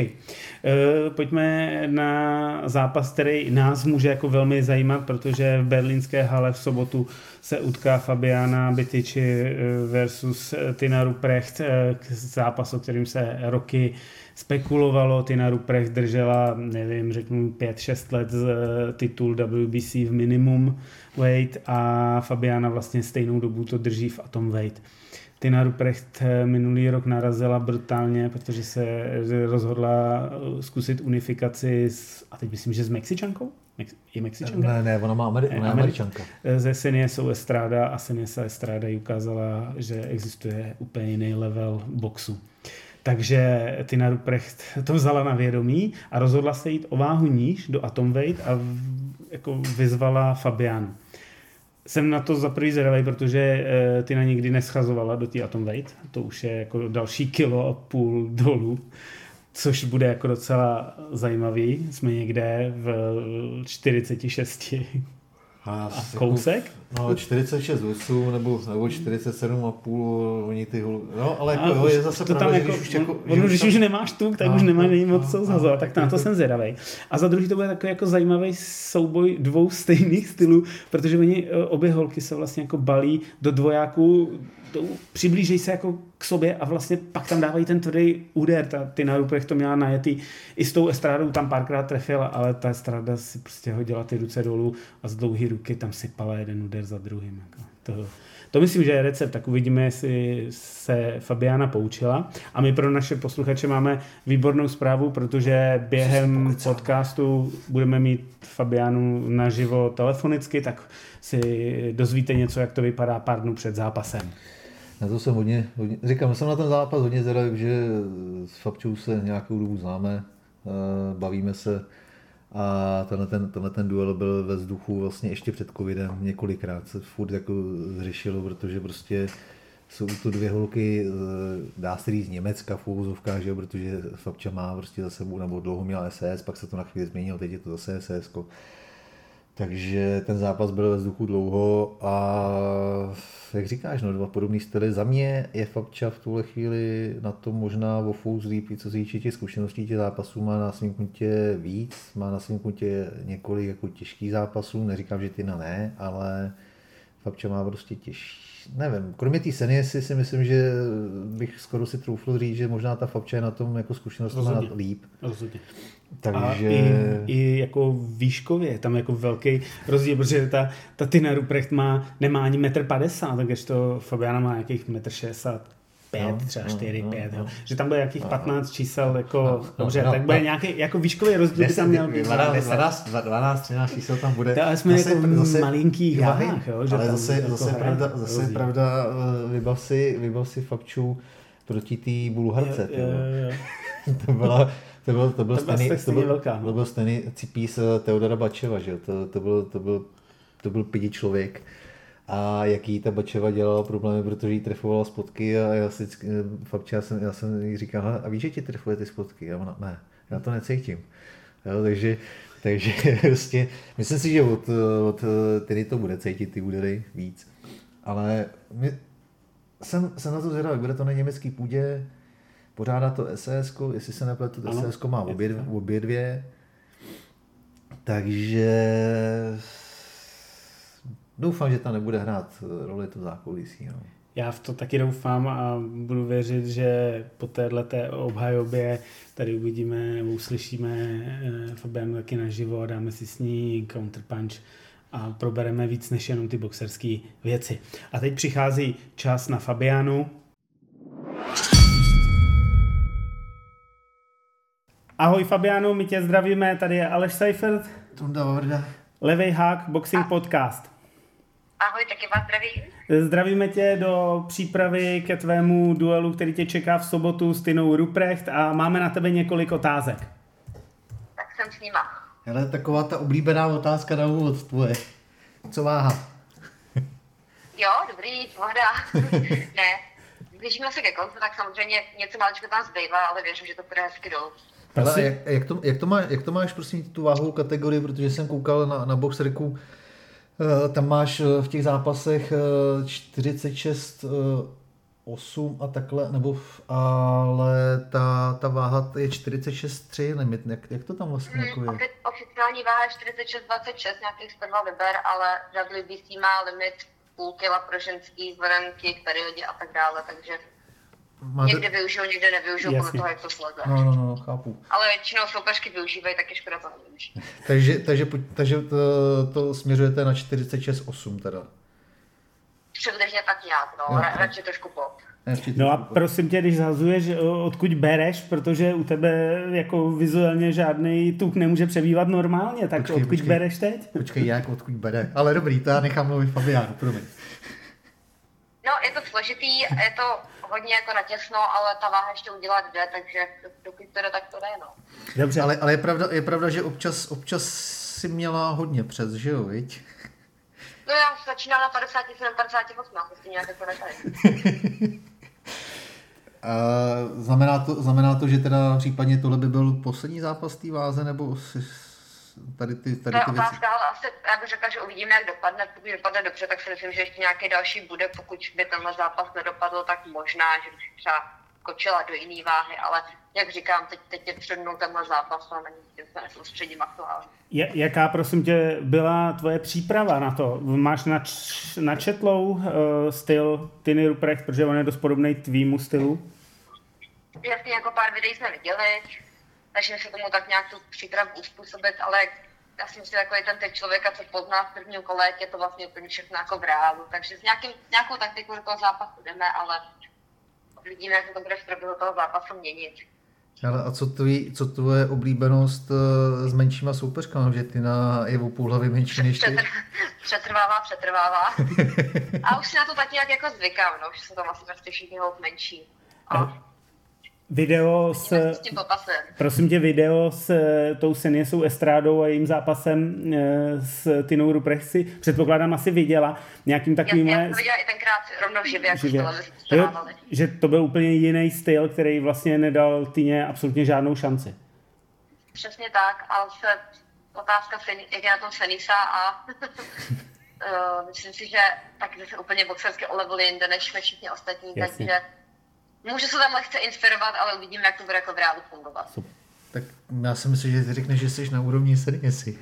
Pojďme na zápas, který nás může jako velmi zajímat, protože v berlínské hale v sobotu se utká Fabiana Bitici versus Tina Ruprecht, zápas, o kterým se roky spekulovalo. Tina Ruprecht držela, nevím, řeknu 5-6 let titul WBC v minimum weight a Fabiana vlastně stejnou dobu to drží v atomweight. Tina Ruprecht minulý rok narazila brutálně, protože se rozhodla zkusit unifikaci a teď myslím, že s Mexičankou? Je Mexičanka? Ne, ona má Američanka. Ze Seniesou Estrada a Seniesa Estrada jí ukázala, že existuje úplně jiný level boxu. Takže Tina Ruprecht to vzala na vědomí a rozhodla se jít o váhu níž do atomweight a jako vyzvala Fabianu. Jsem na to za prvý zvědavý, protože Tina nikdy neschazovala do té atomweight. To už je jako další 1,5 kilo dolů, což bude jako docela zajímavý. Jsme někde v 46 a kousek. No 46 vysů nebo 47,5 oni ty no, ale jako je zase to pravda, že už jako... Když už nemáš tuk, tak už nemá moc co zhazovat, tak na to jsem zvědavej. A za druhý to bude takový jako zajímavý souboj dvou stejných stylů, protože oni obě holky se vlastně jako balí do dvojáků, přiblížejí se jako k sobě a vlastně pak tam dávají ten tvrdý úder. Tina Ruprecht to měla najetý i s tou Estrádou, tam párkrát trefila, ale ta Estráda si prostě hodila ty ruce dolů a z dlouhý ruky tam sypala jeden úder za druhým. To myslím, že je recept, tak uvidíme, jestli se Fabiana poučila. A my pro naše posluchače máme výbornou zprávu, protože během podcastu budeme mít Fabianu naživo telefonicky, tak si dozvíte něco, jak to vypadá pár dnů před zápasem. Na to jsem hodně říkám, jsem na ten zápas hodně zvědavý, že s Fabčou se nějakou dobu známe, bavíme se a tenhle ten duel byl ve vzduchu vlastně ještě před covidem, několikrát se furt jako zřešilo, protože prostě jsou to dvě holky, dá se říct Německa v úvozovkách, že? Protože Fabča má prostě za sebou, nebo dlouho měla SS, pak se to na chvíli změnilo, teď je to zase SS. Takže ten zápas byl ve vzduchu dlouho a jak říkáš, dva podobný styly. Za mě je Fabča v tuhle chvíli na tom možná o fous líp, co se týče těch zkušeností těch zápasů, má na svým kontě víc, má na svým kontě několik jako těžkých zápasů, neříkám, že Tina ne, ale Fabča má prostě nevím, kromě té Seniesy si myslím, že bych skoro si troufl říct, že možná ta Fabča je na tom jako zkušenost líp. Rozhodně. Takže... A i jako výškově, tam jako velký rozdíl, protože ta Tina Ruprecht nemá ani 1,50 m, takže to Fabiana má nějakých 1,65 m, třeba 4-5, že tam bude nějakých 15 čísel, jako dobře, tak bude nějaký jako výškový rozdíl, by tam měl být 12-13 čísel tam bude. Ale jsme zase, jako v malinkých váhách, že ale zase pravda, vybav si Fabču proti té Bulharce. To byl stejný cipís Teodora Bačeva, že? To byl pidi člověk. A jaký ta Bačeva dělala problémy, protože jí trefovala spotky a já jsem jí říkal, a víš, že ti trefuje ty spotky? A ona, ne, já to necítím. Jo, takže prostě, myslím si, že od tedy to bude cítit ty údery víc. Ale jsem na to zvědavý, bude to na německý půdě, pořádá to SS-ko, jestli se nepletu, SS-ko má obě dvě. Takže doufám, že tam nebude hrát roli to zákulisí. No. Já v to taky doufám a budu věřit, že po téhleté obhajobě tady uvidíme nebo uslyšíme Fabianu taky naživo a dáme si s ní counterpunch a probereme víc než jenom ty boxerské věci. A teď přichází čas na Fabianu. Ahoj Fabiano, my tě zdravíme, tady je Aleš Seifert. Tonda Vavrda. Levej hák, Boxing Podcast. Ahoj, taky vás zdravím. Zdravíme tě do přípravy ke tvému duelu, který tě čeká v sobotu s Tinou Ruprecht a máme na tebe několik otázek. Tak jsem s nima. Hele, taková ta oblíbená otázka na úvod tvoje. Co váha? Jo, dobrý, pohoda. Ne, blížíme se ke konci, tak samozřejmě něco maličko tam zbývá, ale věřím, že to bude hezky dolů. Ale jak to máš prosím tu váhovou kategorii, protože jsem koukal na Boxreku, tam máš v těch zápasech 46 8 a takhle, ale ta váha je 46,3, nevím, jak to tam vlastně jako je? Oficiální váha je 46,26, nějakých 102 vyber, ale WBC má limit půl kila pro ženský vzhledem k jejich periodě a tak dále, takže někde využijou, někde nevyužijou, podle toho, jak to sleduje. No, chápu. Ale většinou soupeřky využívají, tak je škoda to nevyužít. Takže to směřujete na 46,8 teda. Přibližně tak nějak, no, radši trošku pod. No a prosím tě, když zhazuješ, odkud bereš, protože u tebe jako vizuálně žádný tuk nemůže přebývat normálně, tak odkud bereš teď? Počkej, jak odkud bere? Ale dobrý, to já nechám mluvit Fabiánu, promiň. No, je to složitý, je to hodně jako natěsno, ale ta váha ještě udělat jde, takže dokud to jde, tak to jde, no. Dobře. Ale je pravda, že občas si měla hodně přes, že jo, viď? No já začínala na 57, 58, prostě nějak jako nechali. Znamená to, že teda případně tohle by byl poslední zápas té váze, nebo tady ty to je otázka, ale asi já bych řekla, že uvidíme, jak dopadne. Pokud dopadne dobře, tak si myslím, že ještě nějaký další bude. Pokud by tenhle zápas nedopadl, tak možná, že bych třeba skočila do jiné váhy, ale jak říkám, teď je před mnou tenhle zápas a na ní se nesoustředím aktuálně. Jaká, prosím tě, byla tvoje příprava na to? Máš načetlou styl Tiny Ruprecht, protože on je dost podobný tvýmu stylu? Jasně, jako pár videí jsme viděli, takže se tomu tak nějak tu přípravu uspůsobit, ale já si myslím, jako je ten typ člověka, co pozná v prvním kole, je to vlastně úplně všechno jako v reálu, takže s nějakou taktikou do toho zápasu jdeme, ale vidíme, jak to bude v průběhu toho zápasu měnit. Ale a co tvoje oblíbenost s menšíma soupeřkama, že Tina je o půl hlavy menší než ty? Přetrvává. A už si na to tak nějak jako zvykám, no, že jsou tam asi prostě všichni menší. Video prosím tě, video s tou Seněsou Estrádou a jejím zápasem s Tinou Ruprecht si předpokládám asi viděla nějakým takovým... Já jsem viděla i tenkrát rovnou živě, jak už televizi že to byl úplně jiný styl, který vlastně nedal Tině absolutně žádnou šanci. Přesně tak, ale otázka, jak je na tom Senisa a myslím si, že taky zase úplně boxersky o level jinde než všichni ostatní, takže může se tam lehce inspirovat, ale uvidíme, jak to bude jako v reálu fungovat. Tak já si myslím, že ty řekneš, že jsi na úrovni Senisy.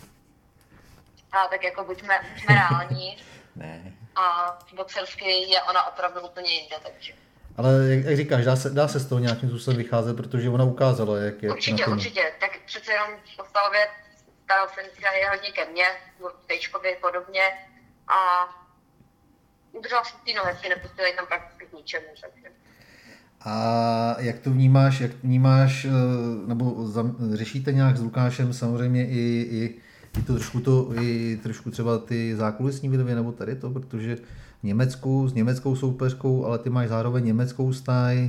A tak jako buďme reální. Ne. A boxersky je ona opravdu úplně jinde, takže. Ale jak říkáš, dá se z toho nějakým způsobem vycházet, protože ona ukázala, jak je. Určitě. Tak přece jenom postavově ta Senisa je hodně ke mně, tečkově podobně a udržela si ty nohy, nepustila tam prakticky k ničemu, takže. A jak to vnímáš, nebo řešíte nějak s Lukášem samozřejmě i trošku třeba ty zákulisní vidově nebo tady to, protože s německou soupeřkou, ale ty máš zároveň německou stáj.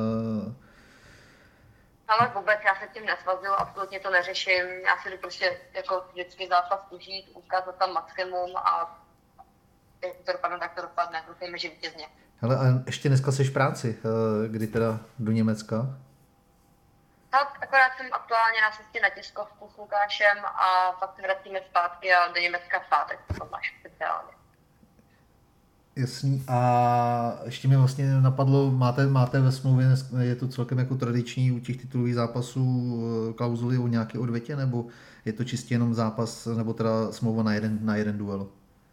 Ale vůbec, já se tím nesvazuju, absolutně to neřeším, já si jdu prostě jako vždycky zápas užít, ukázat tam maximum a jak to dopadne, tak to dopadne, doufejme, že vítězně. Hele, a ještě dneska seš v práci, kdy teda do Německa? Tak akorát jsem aktuálně na cestě na tiskovku s Lukášem a pak se vracíme zpátky a do Německa v pátek, to máš speciálně. Jasný. A ještě mi vlastně napadlo, máte ve smlouvě, je to celkem jako tradiční u těch titulových zápasů klauzuly o nějaké odvětě, nebo je to čistě jenom zápas, nebo teda smlouva na jeden duel?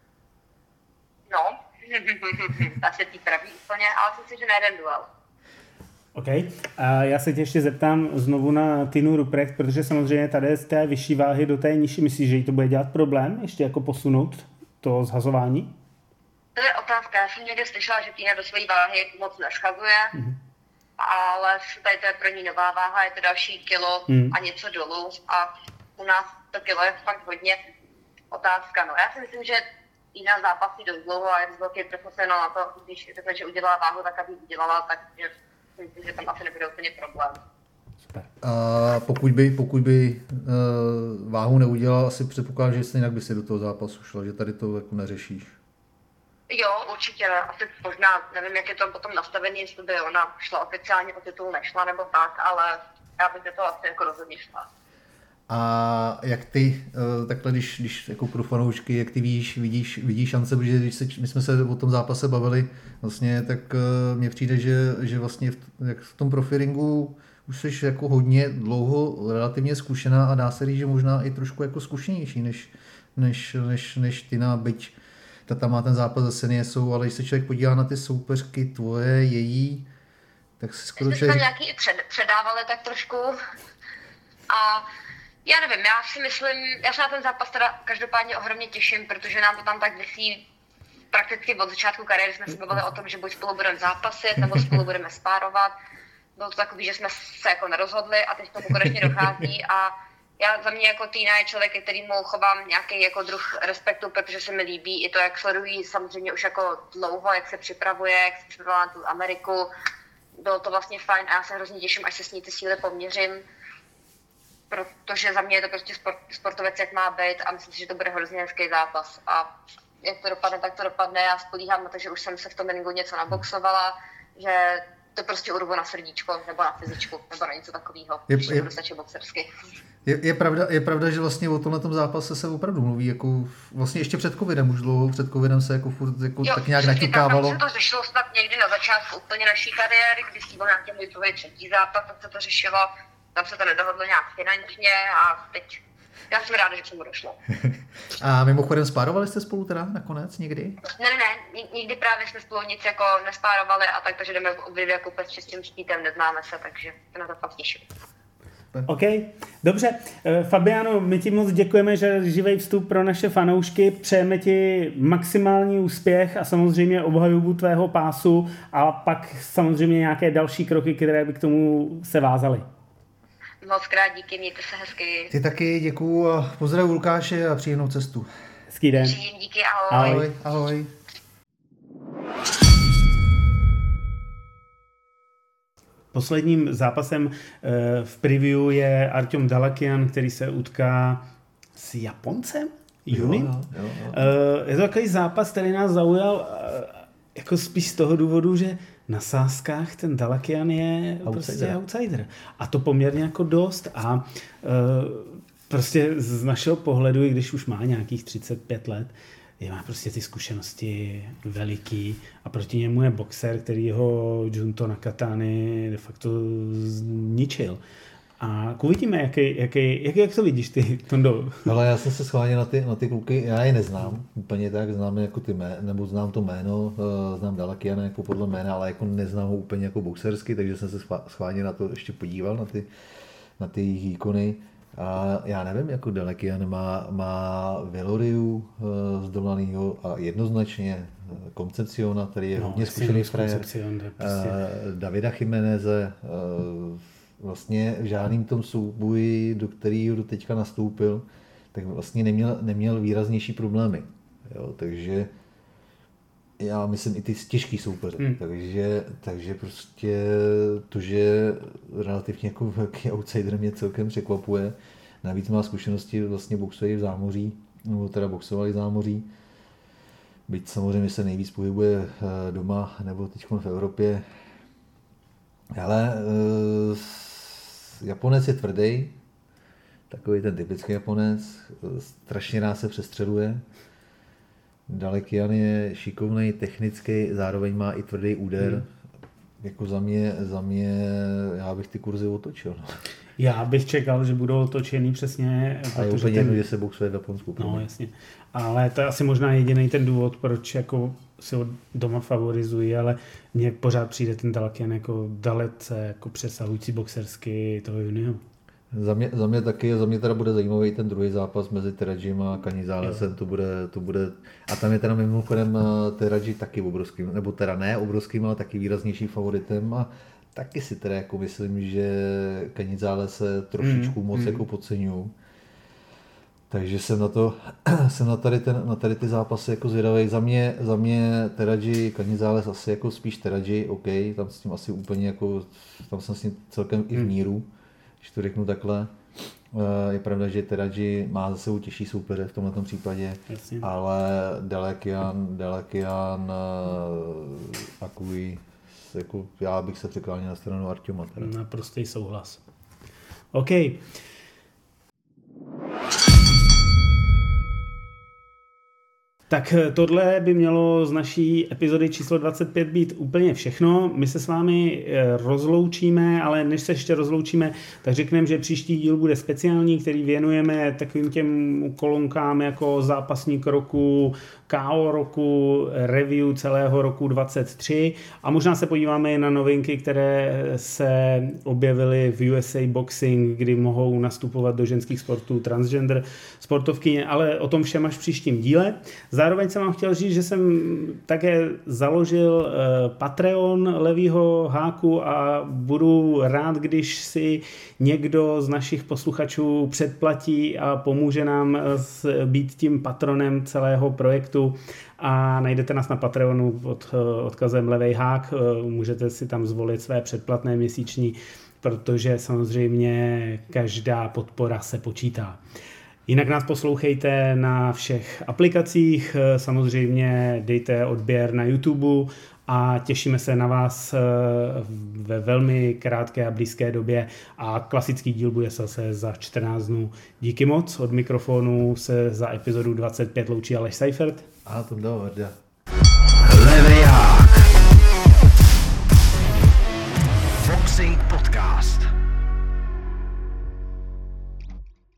No, ta se tý praví úplně, ale myslím si, že na jeden duel. OK. A já se tě ještě zeptám znovu na Tinu Ruprecht, protože samozřejmě tady z té vyšší váhy do té nižší, myslíš, že jí to bude dělat problém ještě jako posunout to zhazování? To je otázka. Já jsem někde slyšela, že Tina do své váhy moc neschazuje, ale tady to je pro ní nová váha, je to další kilo a něco dolů a u nás to kilo je fakt hodně. otázka. No, já si myslím, že Tina zápasí dost dlouho a je dost velký profesionál na to, když řekne, že udělá váhu, tak aby udělala, takže si myslím, že tam asi nebude úplně problém. Super. A pokud by váhu neudělal, asi předpokládám, že jinak by si do toho zápasu šla, že tady to jako neřešíš. Jo, určitě. Asi možná, nevím, jak je to potom nastavený, jestli by ona šla oficiálně o titul, nešla nebo tak, ale já bych to asi jako rozhodně šla. A jak ty, takhle, když jako pro fanoušky, jak ty vidíš šance, protože my jsme se o tom zápase bavili vlastně, tak mně přijde, že vlastně v tom profilingu už jsi jako hodně dlouho relativně zkušená a dá se říct, že možná i trošku jako zkušenější než Tina, byť ta má ten zápas zase nejsou, ale když se člověk podívá na ty soupeřky tvoje, její, tak si skoro člověk... Jsme nějaký předávali tak trošku a já nevím, já se na ten zápas teda každopádně ohromně těším, protože nám to tam tak visí prakticky od začátku kariéry jsme se bavili o tom, že buď spolu budeme zápasit, nebo spolu budeme spárovat. Bylo to takový, že jsme se jako nerozhodli a teď tomu konečně dochází a za mě jako Tina je člověk, kterýmu chovám nějaký jako druh respektu, protože se mi líbí i to, jak sledují samozřejmě už jako dlouho, jak se připravuje, jak se připravovala na tu Ameriku. Bylo to vlastně fajn a já se hrozně těším, až se s ní ty síly poměřím, protože za mě je to prostě sportovec, jak má být a myslím si, že to bude hrozně hezký zápas. A jak to dopadne, tak to dopadne. Já spolíhám na to, že už jsem se v tom ringu něco naboxovala, že to prostě urvu na srdíčko, nebo na fyzičku, nebo na něco takového. Je budu stačit boxersky. Je pravda, že vlastně o tomhle zápase se opravdu mluví, jako vlastně ještě před covidem, už dlouho před covidem se jako furt jako tak nějak naťukávalo. Tam se to řešilo snad někdy na začátku úplně naší kariéry, když byl nějaký můj druhý, třetí zápas, tak se to řešilo, tam se to nedohodlo nějak finančně a teď já jsem ráda, že k tomu došlo. A mimochodem spárovali jste spolu teda nakonec někdy? Ne, nikdy právě jsme spolu nic jako nespárovali a tak, takže jdeme obě jako s čistým štítem, neznáme se, takže se na to fakt těším. OK, dobře. Fabiano, my ti moc děkujeme, že živej vstup pro naše fanoušky. Přejeme ti maximální úspěch a samozřejmě obhajobu tvého pásu a pak samozřejmě nějaké další kroky, které by k tomu se vázaly. Moc krát díky, mějte se hezky. Ty taky děkuju a pozdravuji Lukáše a příjemnou cestu. Hezký den. Díky, ahoj. Ahoj. Posledním zápasem v preview je Artem Dalakian, který se utká s Japoncem? Juni? Jo. Je to takový zápas, který nás zaujal jako spíš z toho důvodu, že na sázkách ten Dalakian je prostě outsider. A to poměrně jako dost. A prostě z našeho pohledu, i když už má nějakých 35 let, má prostě ty zkušenosti veliký a proti němu je boxer, který ho Junto Nakatani de facto zničil. A uvidíme, jak to vidíš ty, Tondo? Ale já jsem se schválně na ty kluky, já je neznám úplně tak, znám jako nebo znám to jméno, znám Dalakiana jako podle jména, ale jako neznám ho úplně jako boxersky, takže jsem se schválně na to ještě podíval, na ty výkony. A já nevím, jako Dalakian má Veloriu zdolanýho a jednoznačně Concepciona, který je hodně zkušený frajer, Davida Jiméneze, vlastně v žádným tom souboji, do kterého do teďka nastoupil, tak vlastně neměl výraznější problémy. Jo, takže já myslím i ty těžký soupeře. Takže prostě to, že relativně jako velký outsider mě celkem překvapuje. Navíc má zkušenosti, vlastně boxují v zámoří, nebo teda boxovali v zámoří. Byť samozřejmě se nejvíc pohybuje doma nebo teď v Evropě. Ale Japonec je tvrdý, takový ten typický Japonec, strašně rád se přestřeluje. Dalakian je šikovný, technický, zároveň má i tvrdý úder. Jako za mě, já bych ty kurzy otočil. No. Já bych čekal, že budou otočený přesně. A je úplně jedno, že se boxuje v Japonsku. No jasně. Ale to je asi možná jediný ten důvod, proč jako si ho doma favorizují, ale mně pořád přijde ten Dalakian jako dalece jako přesahující boxersky toho Juniho. Za mě taky, za mě teda bude zajímavý ten druhý zápas mezi Terajim a Canizalesem, to bude, a tam je teda mimochodem Teraj taky obrovským, nebo teda ne obrovským, ale taky výraznějším favoritem a taky si teda jako myslím, že Canizales se trošičku moc jako podceňují. Takže jsem na tady ty zápasy jako zvědavý. Za mě Teradži, Canizales asi jako spíš Teradži, OK, tam s tím asi úplně jako, tam jsem s tím celkem i v míru, když to řeknu takhle. Je pravda, že Teradži má za sebou těžší soupeře v tomto případě, Jasně. ale Delekian Akui, jako já bych se přikláněl na stranu Arťoma. Naprostý souhlas. OK. Tak tohle by mělo z naší epizody číslo 25 být úplně všechno. My se s vámi rozloučíme, ale než se ještě rozloučíme, tak řekneme, že příští díl bude speciální, který věnujeme takovým těm kolonkám jako zápasník roku, KO roku, review celého roku 23 a možná se podíváme i na novinky, které se objevily v USA Boxing, kdy mohou nastupovat do ženských sportů transgender sportovkyně, ale o tom všem až v příštím díle. Zároveň jsem vám chtěl říct, že jsem také založil Patreon Levýho háku a budu rád, když si někdo z našich posluchačů předplatí a pomůže nám být tím patronem celého projektu. A najdete nás na Patreonu pod odkazem Levej hák. Můžete si tam zvolit své předplatné měsíční, protože samozřejmě každá podpora se počítá. Jinak nás poslouchejte na všech aplikacích, samozřejmě dejte odběr na YouTube a těšíme se na vás ve velmi krátké a blízké době a klasický díl bude zase za 14 dnů. Díky moc, od mikrofonu se za epizodu 25 loučí Aleš Seifert. A to bylo, Verda.